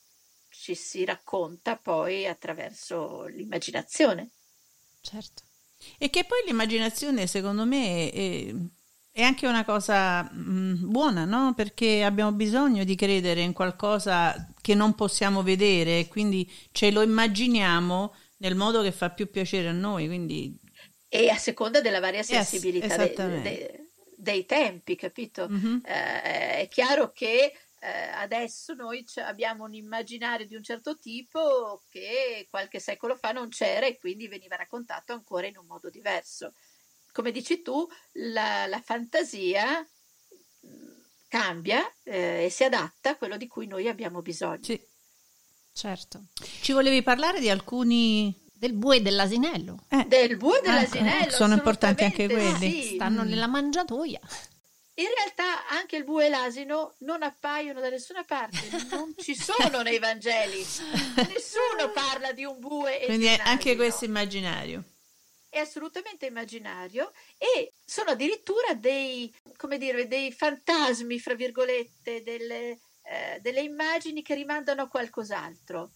ci si racconta poi attraverso l'immaginazione. Certo. E che poi l'immaginazione, secondo me, è, è anche una cosa mh, buona, no? Perché abbiamo bisogno di credere in qualcosa che non possiamo vedere e quindi ce lo immaginiamo nel modo che fa più piacere a noi, quindi... E a seconda della varia sensibilità yes, de, de, dei tempi, capito? Mm-hmm. Eh, è chiaro che eh, adesso noi abbiamo un immaginario di un certo tipo che qualche secolo fa non c'era e quindi veniva raccontato ancora in un modo diverso. Come dici tu, la, la fantasia mh, cambia eh, e si adatta a quello di cui noi abbiamo bisogno. Sì, certo. Ci volevi parlare di alcuni... Del bue e dell'asinello. Eh. Del bue e dell'asinello. Eh, sono importanti anche quelli. Sì. Stanno nella mangiatoia. In realtà anche il bue e l'asino non appaiono da nessuna parte, non ci sono nei Vangeli. Nessuno parla di un bue e quindi di un è anche asino. questo immaginario. È assolutamente immaginario e sono addirittura dei, come dire, dei fantasmi, fra virgolette, delle, eh, delle immagini che rimandano a qualcos'altro.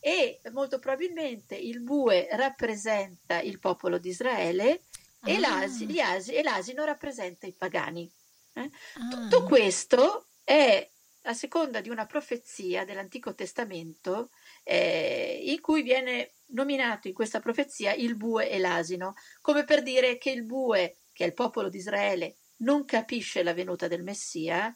E molto probabilmente il bue rappresenta il popolo di Israele ah. e, l'asi, gli asi, e l'asino rappresenta i pagani. Eh? Ah. Tutto questo è a seconda di una profezia dell'Antico Testamento eh, in cui viene nominato in questa profezia il bue e l'asino, come per dire che il bue, che è il popolo di Israele, non capisce la venuta del Messia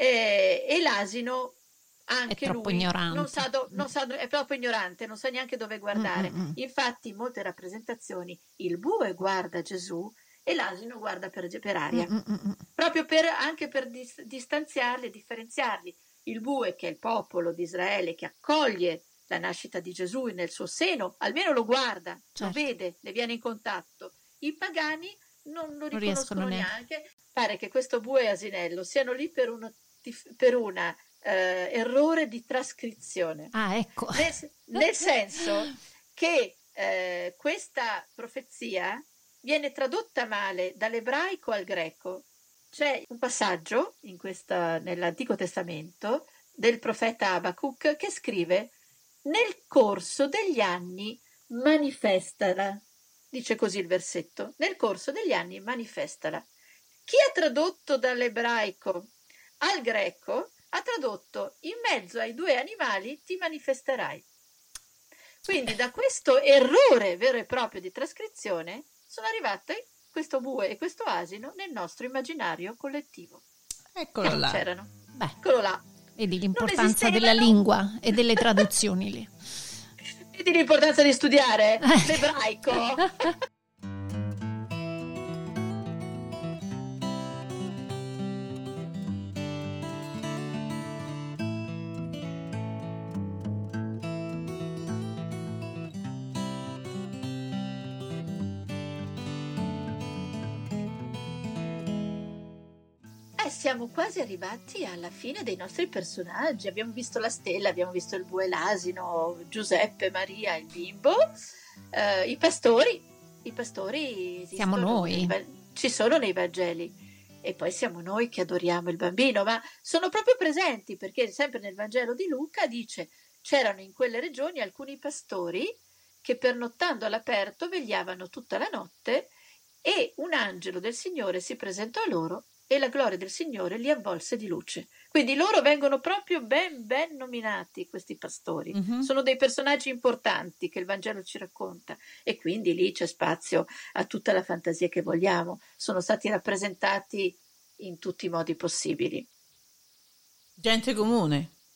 eh, e l'asino anche è troppo lui ignorante. Non sa do, non sa, è troppo ignorante, non sa neanche dove guardare. Mm-mm. Infatti in molte rappresentazioni il bue guarda Gesù e l'asino guarda per, per aria, Mm-mm. proprio per, anche per dis, distanziarli e differenziarli. Il bue, che è il popolo di Israele che accoglie la nascita di Gesù nel suo seno, almeno lo guarda, certo. Lo vede, ne viene in contatto. I pagani non lo riconoscono non neanche. neanche. Pare che questo bue e asinello siano lì per una, per una Uh, errore di trascrizione. Ah, ecco. Nel, nel senso che uh, questa profezia viene tradotta male dall'ebraico al greco. C'è un passaggio in questa, nell'Antico Testamento del profeta Abacuc che scrive: nel corso degli anni manifestala. Dice così il versetto: nel corso degli anni manifestala. Chi ha tradotto dall'ebraico al greco ha tradotto: in mezzo ai due animali ti manifesterai. Quindi da questo errore vero e proprio di trascrizione sono arrivate questo bue e questo asino nel nostro immaginario collettivo. Eccolo eh, là. C'erano. Beh, Eccolo là. Vedi l'importanza della lingua e delle traduzioni lì. Vedi l'importanza di studiare l'ebraico. Siamo quasi arrivati alla fine dei nostri personaggi. Abbiamo visto la stella, abbiamo visto il bue e l'asino, Giuseppe, Maria, il bimbo, eh, i pastori. I pastori siamo noi. Nei, ci sono nei Vangeli. E poi siamo noi che adoriamo il bambino, ma sono proprio presenti perché sempre nel Vangelo di Luca dice: c'erano in quelle regioni alcuni pastori che pernottando all'aperto vegliavano tutta la notte e un angelo del Signore si presentò a loro e la gloria del Signore li avvolse di luce. Quindi loro vengono proprio ben ben nominati, questi pastori. Mm-hmm. Sono dei personaggi importanti che il Vangelo ci racconta e quindi lì c'è spazio a tutta la fantasia che vogliamo. Sono stati rappresentati in tutti i modi possibili. Gente comune.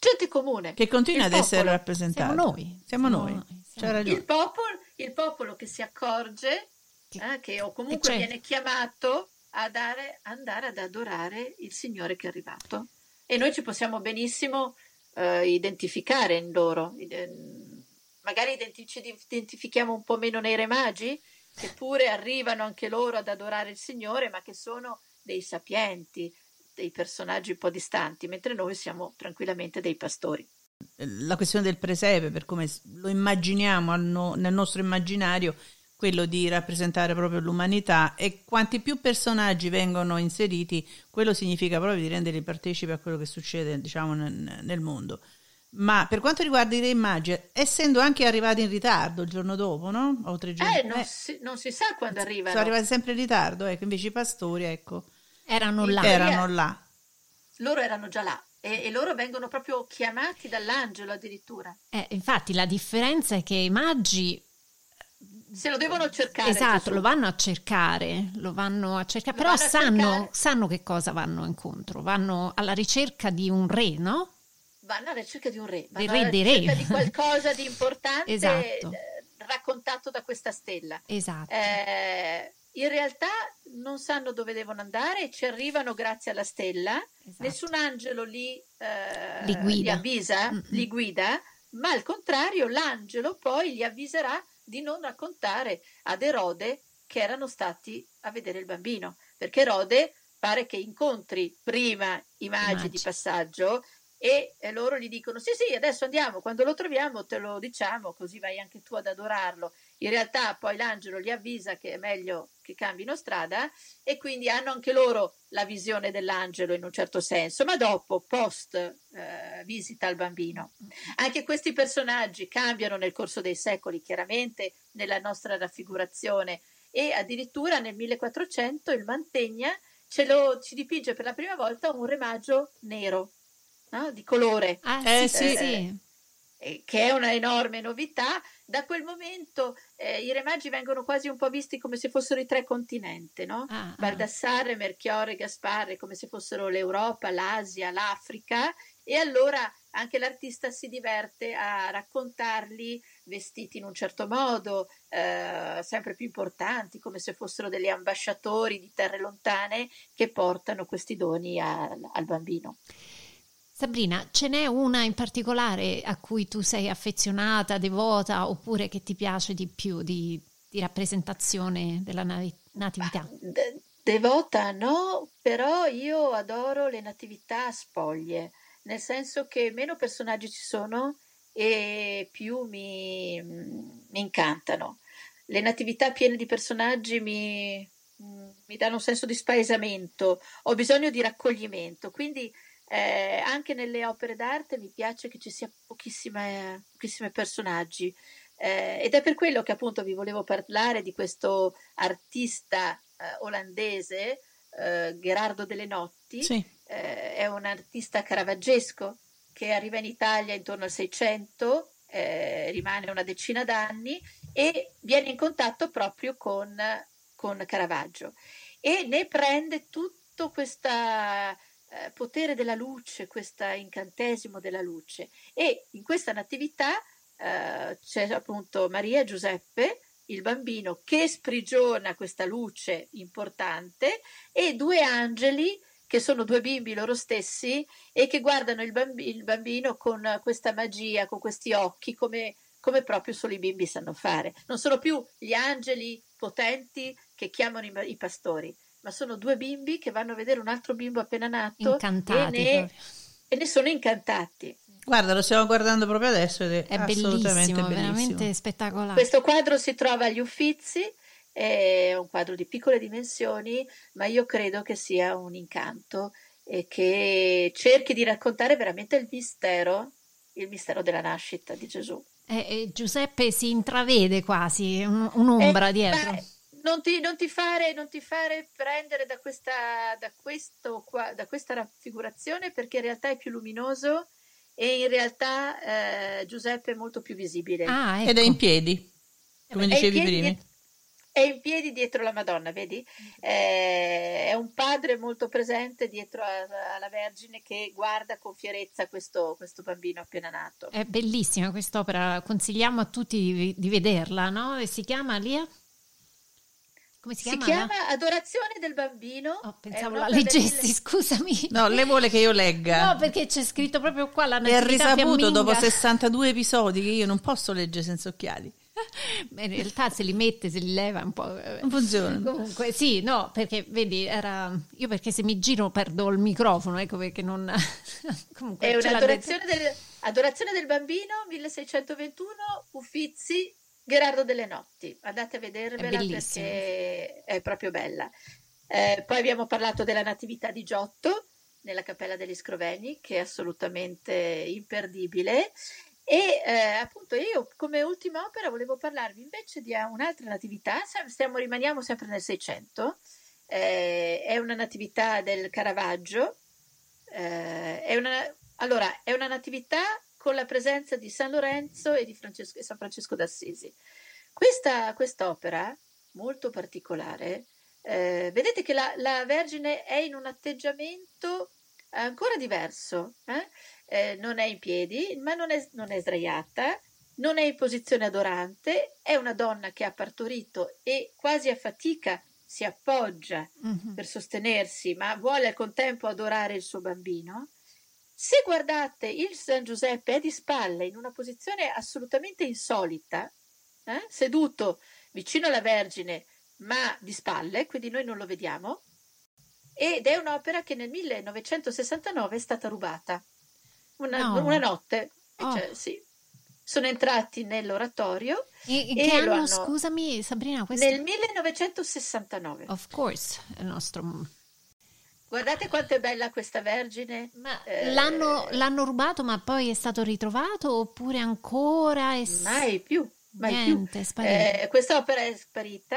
gente comune. Che continua il ad essere popolo. rappresentata. Siamo noi. Siamo Siamo noi. noi, C'è siamo- ragione. Il popolo, il popolo che si accorge Che- eh, che o comunque che c'è. viene chiamato a dare, andare ad adorare il Signore che è arrivato. E noi ci possiamo benissimo eh, identificare in loro. Ide- Magari identi- ci identifichiamo un po' meno nei Re Magi, che pure arrivano anche loro ad adorare il Signore, ma che sono dei sapienti, dei personaggi un po' distanti, mentre noi siamo tranquillamente dei pastori. La questione del presepe, per come lo immaginiamo al no- nel nostro immaginario, quello di rappresentare proprio l'umanità, e quanti più personaggi vengono inseriti, quello significa proprio di renderli partecipi a quello che succede, diciamo, nel, nel mondo. Ma per quanto riguarda i Re Magi, essendo anche arrivati in ritardo il giorno dopo, no? O tre giorni, Eh, non, eh, si, non si sa quando arrivano. sono arrivati sempre in ritardo, ecco, invece i pastori, ecco, Erano In là. teoria- erano là. Loro erano già là e, e loro vengono proprio chiamati dall'angelo addirittura. Eh, infatti la differenza è che i magi, Se lo devono cercare. esatto, Gesù. lo vanno a cercare, lo vanno a cercare, Lo però vanno a sanno, cercare. sanno che cosa vanno incontro, vanno alla ricerca di un re, no? Vanno alla ricerca di un re, Del vanno re alla dei ricerca re. di qualcosa di importante Esatto. eh, raccontato da questa stella. Esatto. Eh, in realtà non sanno dove devono andare e ci arrivano grazie alla stella. Esatto. Nessun angelo li, eh, Li guida. avvisa, Mm-mm. li guida, ma al contrario l'angelo poi li avviserà di non raccontare ad Erode che erano stati a vedere il bambino, perché Erode pare che incontri prima i magi, magi. di passaggio e e loro gli dicono sì sì adesso andiamo, quando lo troviamo te lo diciamo così vai anche tu ad adorarlo. In realtà poi l'angelo li avvisa che è meglio che cambino strada e quindi hanno anche loro la visione dell'angelo in un certo senso, ma dopo, post eh, visita al bambino. Anche questi personaggi cambiano nel corso dei secoli, chiaramente nella nostra raffigurazione, e addirittura nel millequattrocento il Mantegna ce lo, ci dipinge per la prima volta un Re Maggio nero, no? Di colore. Ah, Eh, sì, sì, sì. sì. eh, che è una enorme novità. Da quel momento eh, i Re Magi vengono quasi un po' visti come se fossero i tre continenti, no? Ah, ah. Baldassarre, Melchiorre, Gasparre, come se fossero l'Europa, l'Asia, l'Africa, e allora anche l'artista si diverte a raccontarli vestiti in un certo modo, eh, sempre più importanti, come se fossero degli ambasciatori di terre lontane che portano questi doni a- al bambino. Sabrina, ce n'è una in particolare a cui tu sei affezionata, devota, oppure che ti piace di più di, di rappresentazione della navi- natività? De- devota no, però io adoro le natività a spoglie, nel senso che meno personaggi ci sono e più mi, mi incantano. Le natività piene di personaggi mi, mi danno un senso di spaesamento, ho bisogno di raccoglimento, quindi eh, anche nelle opere d'arte mi piace che ci sia pochissime, pochissimi personaggi. Eh, ed è per quello che appunto vi volevo parlare di questo artista eh, olandese, eh, Gherardo delle Notti. Sì. Eh, è un artista caravaggesco che arriva in Italia intorno al Seicento, eh, rimane una decina d'anni e viene in contatto proprio con, con Caravaggio e ne prende tutto questo eh, potere della luce, questo incantesimo della luce, e in questa natività eh, c'è appunto Maria e Giuseppe, il bambino che sprigiona questa luce importante, e due angeli che sono due bimbi loro stessi e che guardano il, bambi- il bambino con questa magia, con questi occhi, come, come proprio solo i bimbi sanno fare. Non sono più gli angeli potenti che chiamano i, i pastori, ma sono due bimbi che vanno a vedere un altro bimbo appena nato Incantati e ne, proprio. e ne sono incantati. Guarda, lo stiamo guardando proprio adesso ed è, È assolutamente bellissimo, bellissimo. veramente spettacolare. Questo quadro si trova agli Uffizi, è un quadro di piccole dimensioni, ma io credo che sia un incanto e che cerchi di raccontare veramente il mistero, il mistero della nascita di Gesù. Eh, eh, Giuseppe si intravede quasi un- un'ombra Eh, dietro. ma non ti, non ti fare, non ti fare prendere da questa, da, questo, qua- da questa raffigurazione, perché in realtà è più luminoso e in realtà eh, Giuseppe è molto più visibile. Ah, ecco. Ed è in piedi, come È in dicevi piedi prima. diet- è in piedi dietro la Madonna, vedi? Eh, è un padre molto presente dietro a- alla Vergine che guarda con fierezza questo, questo bambino appena nato. È bellissima quest'opera, consigliamo a tutti di, di vederla, no? E si chiama Lia? Come si Si chiama? chiama Adorazione del bambino. Oh, è pensavo la un'opera del leggessi, mille- scusami. No, lei vuole che io legga. No, perché c'è scritto proprio qua la E ha natività risaputo dopo fiamminga. sessantadue episodi che io non posso leggere senza occhiali. Beh, in realtà se li mette, se li leva è un po'. eh, Non funziona. Comunque, sì, no, perché vedi, era io perché se mi giro perdo il microfono, ecco perché non. Comunque, È ce l'ha un'adorazione del, Adorazione del bambino, milleseicentovantuno, Uffizi, Gherardo delle Notti. Andate a vedervela È bellissima. perché è proprio bella. Eh, poi abbiamo parlato della Natività di Giotto nella Cappella degli Scrovegni, che è assolutamente imperdibile. E eh, appunto io come ultima opera volevo parlarvi invece di un'altra natività. Stiamo, rimaniamo sempre nel Seicento. Eh, è una natività del Caravaggio. Eh, è una, allora, è una natività con la presenza di San Lorenzo e di Francesco, e San Francesco d'Assisi. Questa quest'opera molto particolare, eh, vedete che la, la Vergine è in un atteggiamento ancora diverso, eh? Eh, non è in piedi, ma non è, non è sdraiata, non è in posizione adorante, è una donna che ha partorito e quasi a fatica si appoggia Mhm. per sostenersi, ma vuole al contempo adorare il suo bambino. Se guardate, il San Giuseppe è di spalle in una posizione assolutamente insolita, eh? Seduto vicino alla Vergine, ma di spalle, quindi noi non lo vediamo, ed è un'opera che nel millenovecentosessantanove è stata rubata. Una, No. una notte, Oh. cioè, sì. Sono entrati nell'oratorio E in e che lo anno, hanno- scusami Sabrina, questo? nel millenovecentosessantanove. Of course, è il nostro. Guardate quanto è bella questa Vergine. Ma Eh, l'hanno, l'hanno rubato, ma poi è stato ritrovato oppure ancora? È... Mai più, mai Niente, più. è sparito. Eh, quest'opera è sparita.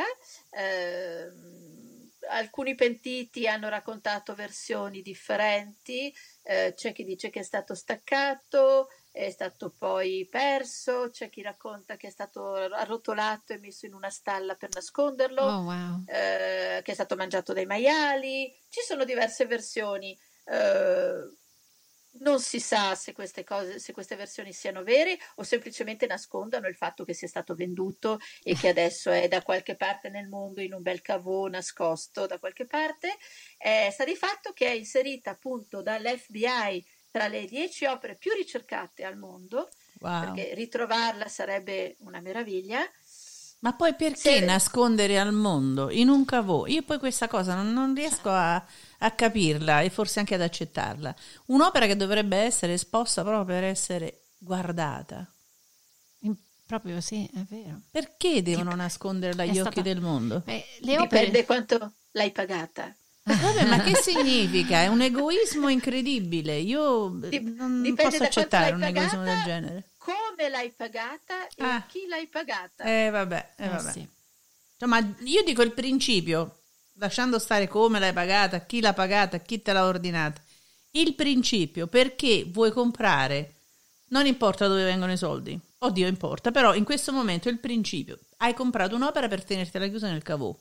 ehm, alcuni pentiti hanno raccontato versioni differenti. eh, c'è chi dice che è stato staccato, è stato poi perso, c'è chi racconta che è stato arrotolato e messo in una stalla per nasconderlo. Oh wow. eh, che è stato mangiato dai maiali. Ci sono diverse versioni. eh, non si sa se queste cose, se queste versioni siano vere o semplicemente nascondano il fatto che sia stato venduto e che adesso è da qualche parte nel mondo in un bel cavò nascosto da qualche parte. Eh, sta di fatto che è inserita appunto dall'F B I tra le dieci opere più ricercate al mondo, Wow. perché ritrovarla sarebbe una meraviglia. Ma poi perché Se- nascondere al mondo in un cavò? Io poi questa cosa non, non riesco a, a capirla e forse anche ad accettarla. Un'opera che dovrebbe essere esposta proprio per essere guardata. In- proprio sì, è vero. Perché devono nasconderla È agli stata- occhi del mondo? Beh, le opere. Dipende quanto l'hai pagata. Vabbè, ma che significa? È un egoismo incredibile. Io Dip- non dipende posso da quanto accettare l'hai un egoismo del pagata, genere. come l'hai pagata e Ah. chi l'hai pagata. Eh vabbè, eh, Eh, vabbè. sì. Cioè, ma io dico il principio, lasciando stare come l'hai pagata, chi l'ha pagata, chi te l'ha ordinata. Il principio, perché vuoi comprare, non importa dove vengono i soldi. Oddio, importa, però in questo momento il principio, hai comprato un'opera per tenertela chiusa nel cavò.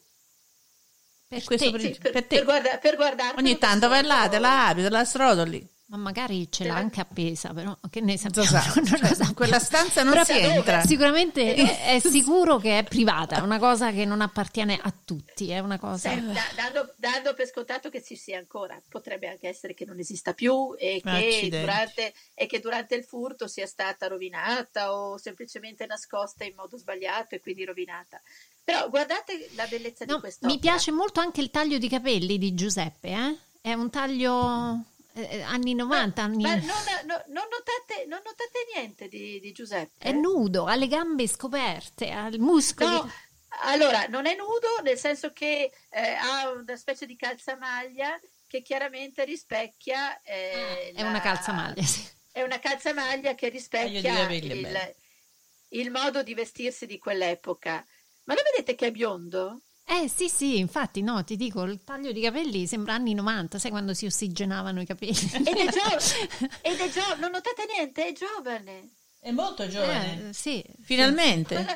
Per questo te. pri- Sì, per, per te. per guarda- per guardartelo Ogni da tanto vai solo. là, te la apri, te la srotoli. Ma magari ce Te l'ha la- anche appesa, però che ne Non so sappiamo? sa, Non lo cioè, sappiamo. in quella stanza non Però si entra. Sicuramente è, è sicuro che è privata, è una cosa che non appartiene a tutti, è una cosa. Sai, da- dando, dando per scontato che ci sia ancora, potrebbe anche essere che non esista più e che, Accidenti. durante, e che durante il furto sia stata rovinata o semplicemente nascosta in modo sbagliato e quindi rovinata. Però guardate la bellezza No, di quest'opera. mi piace molto anche il taglio di capelli di Giuseppe, eh? È un taglio eh, anni novanta, anni... Ma non, no- non notate, non notate niente di, di Giuseppe? È nudo, ha le gambe scoperte, ha i muscoli. No, allora non è nudo, nel senso che eh, ha una specie di calzamaglia che chiaramente rispecchia. eh, È la- una calzamaglia, sì. È una calzamaglia che Taglio di rispecchia capelli, è il, bello. il modo di vestirsi di quell'epoca. Ma lo vedete che è biondo? Eh sì, sì, infatti, no, ti dico, il taglio di capelli sembra anni novanta, sai quando si ossigenavano i capelli? Ed è giovane, ed è giovane, non notate niente? È giovane. È molto giovane. Eh, sì. Finalmente. Cosa,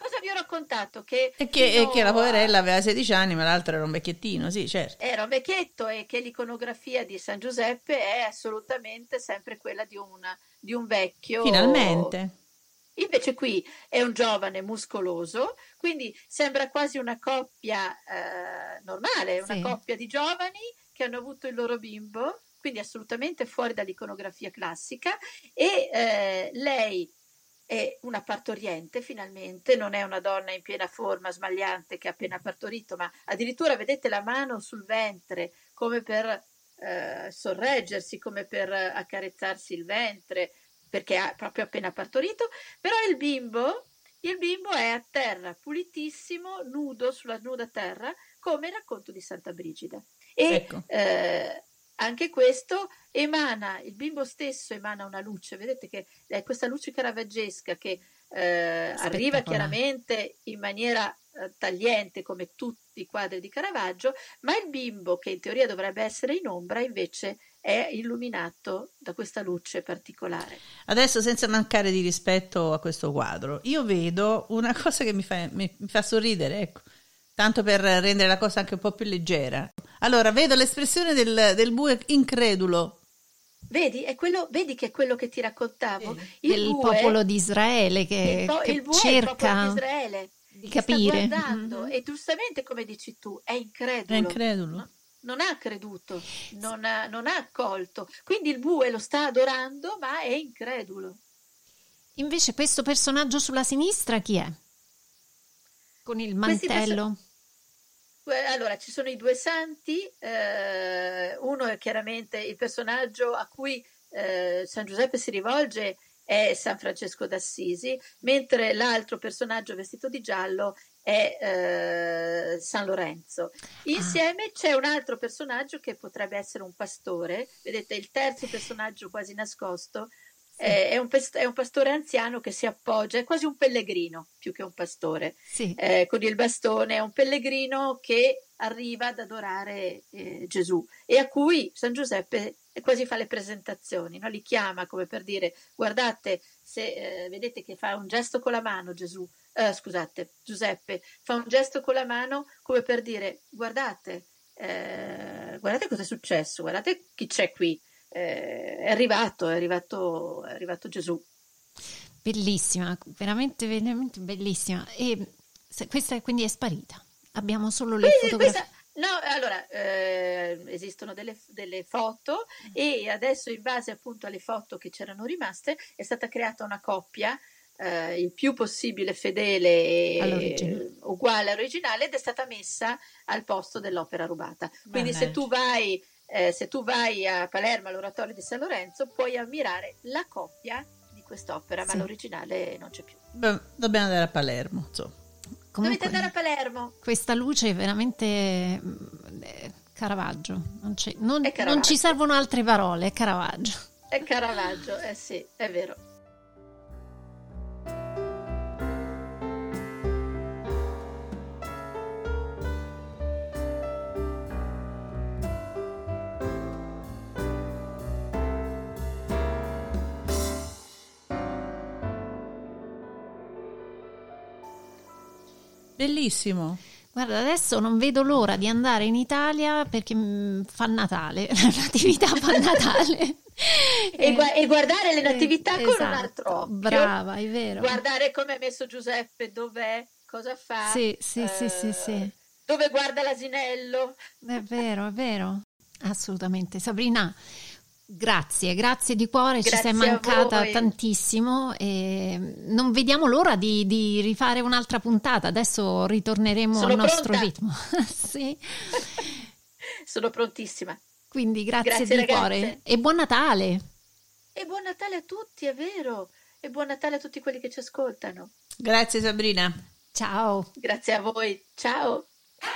cosa vi ho raccontato? Che, e che, e che la poverella a... aveva sedici anni, ma l'altro era un vecchiettino, sì, certo. Era un vecchietto, e che l'iconografia di San Giuseppe è assolutamente sempre quella di, una, di un vecchio. Finalmente. Invece qui è un giovane muscoloso, quindi sembra quasi una coppia eh, normale, una sì. coppia di giovani che hanno avuto il loro bimbo, quindi assolutamente fuori dall'iconografia classica, e eh, lei è una partoriente finalmente, non è una donna in piena forma smagliante che ha appena partorito, ma addirittura vedete la mano sul ventre come per eh, sorreggersi, come per accarezzarsi il ventre, perché ha proprio appena partorito. Però il bimbo, il bimbo è a terra, pulitissimo, nudo sulla nuda terra, come il racconto di Santa Brigida. E Ecco. eh, anche questo emana, il bimbo stesso emana una luce, vedete che è questa luce caravaggesca che eh, arriva chiaramente in maniera eh, tagliente come tutti i quadri di Caravaggio, ma il bimbo, che in teoria dovrebbe essere in ombra, invece è illuminato da questa luce particolare. Adesso, senza mancare di rispetto a questo quadro, io vedo una cosa che mi fa, mi, mi fa sorridere, ecco, tanto per rendere la cosa anche un po' più leggera. Allora, vedo l'espressione del, del bue incredulo. Vedi, è quello, vedi che è quello che ti raccontavo? Sì. Il il bue, popolo di Israele che, il, po- che il bue cerca è il popolo di Israele, di che capire. sta guardando, Mm-hmm. e giustamente, come dici tu, è incredulo. È incredulo. No? Non ha creduto, non ha, non ha accolto. Quindi il bue lo sta adorando, ma è incredulo. Invece questo personaggio sulla sinistra chi è? Con il mantello? Perso- allora, ci sono i due santi, eh, uno è chiaramente il personaggio a cui eh, San Giuseppe si rivolge, è San Francesco d'Assisi, mentre l'altro personaggio vestito di giallo è eh, San Lorenzo. Insieme ah. c'è un altro personaggio che potrebbe essere un pastore, vedete il terzo personaggio quasi nascosto, sì. eh, è, un past- è un pastore anziano che si appoggia, è quasi un pellegrino più che un pastore, sì. eh, con il bastone, è un pellegrino che arriva ad adorare eh, Gesù, e a cui San Giuseppe quasi fa le presentazioni, no? Li chiama come per dire: guardate, se eh, vedete che fa un gesto con la mano Gesù, Uh, scusate, Giuseppe fa un gesto con la mano come per dire: guardate, eh, guardate cosa è successo, guardate chi c'è qui, eh, è arrivato, è arrivato, è arrivato Gesù. Bellissima, veramente, veramente bellissima. E se, questa quindi è sparita, abbiamo solo le questa, fotografie. Questa, no, allora eh, esistono delle, delle foto, e adesso, in base appunto alle foto che c'erano rimaste, è stata creata una coppia Uh, il più possibile fedele e uguale all'originale, ed è stata messa al posto dell'opera rubata. Quindi se tu vai eh, se tu vai a Palermo all'Oratorio di San Lorenzo, puoi ammirare la coppia di quest'opera, sì. Ma l'originale non c'è più. Beh, dobbiamo andare a Palermo, insomma. Comunque, dovete andare a Palermo. Questa luce è veramente eh, Caravaggio, non, non, Caravaggio. Non ci servono altre parole, è Caravaggio. È Caravaggio, eh sì, è vero. Bellissimo. Guarda, adesso non vedo l'ora di andare in Italia perché mh, fa Natale, la natività fa Natale. e, gu- e guardare le natività eh, con esatto, un altro occhio. Brava, è vero. Guardare come è messo Giuseppe, dov'è, cosa fa. Sì, sì, eh, sì, sì, sì. Dove guarda l'asinello. È vero, è vero. Assolutamente. Sabrina, grazie, grazie di cuore, grazie, ci sei mancata tantissimo e non vediamo l'ora di, di rifare un'altra puntata. Adesso ritorneremo Sono al nostro pronta. ritmo. Sì. Sono prontissima. Quindi grazie, grazie di ragazze. Cuore e buon Natale. E buon Natale a tutti, è vero. E buon Natale a tutti quelli che ci ascoltano. Grazie Sabrina. Ciao. Grazie a voi. Ciao.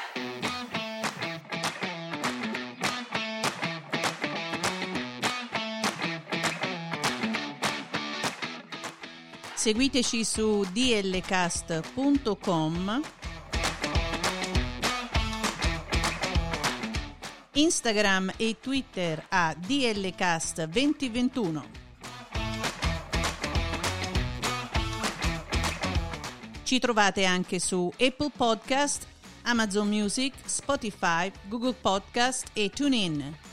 Seguiteci su d l cast punto com, Instagram e Twitter a D L Cast duemilaventuno. Ci trovate anche su Apple Podcast, Amazon Music, Spotify, Google Podcast e TuneIn.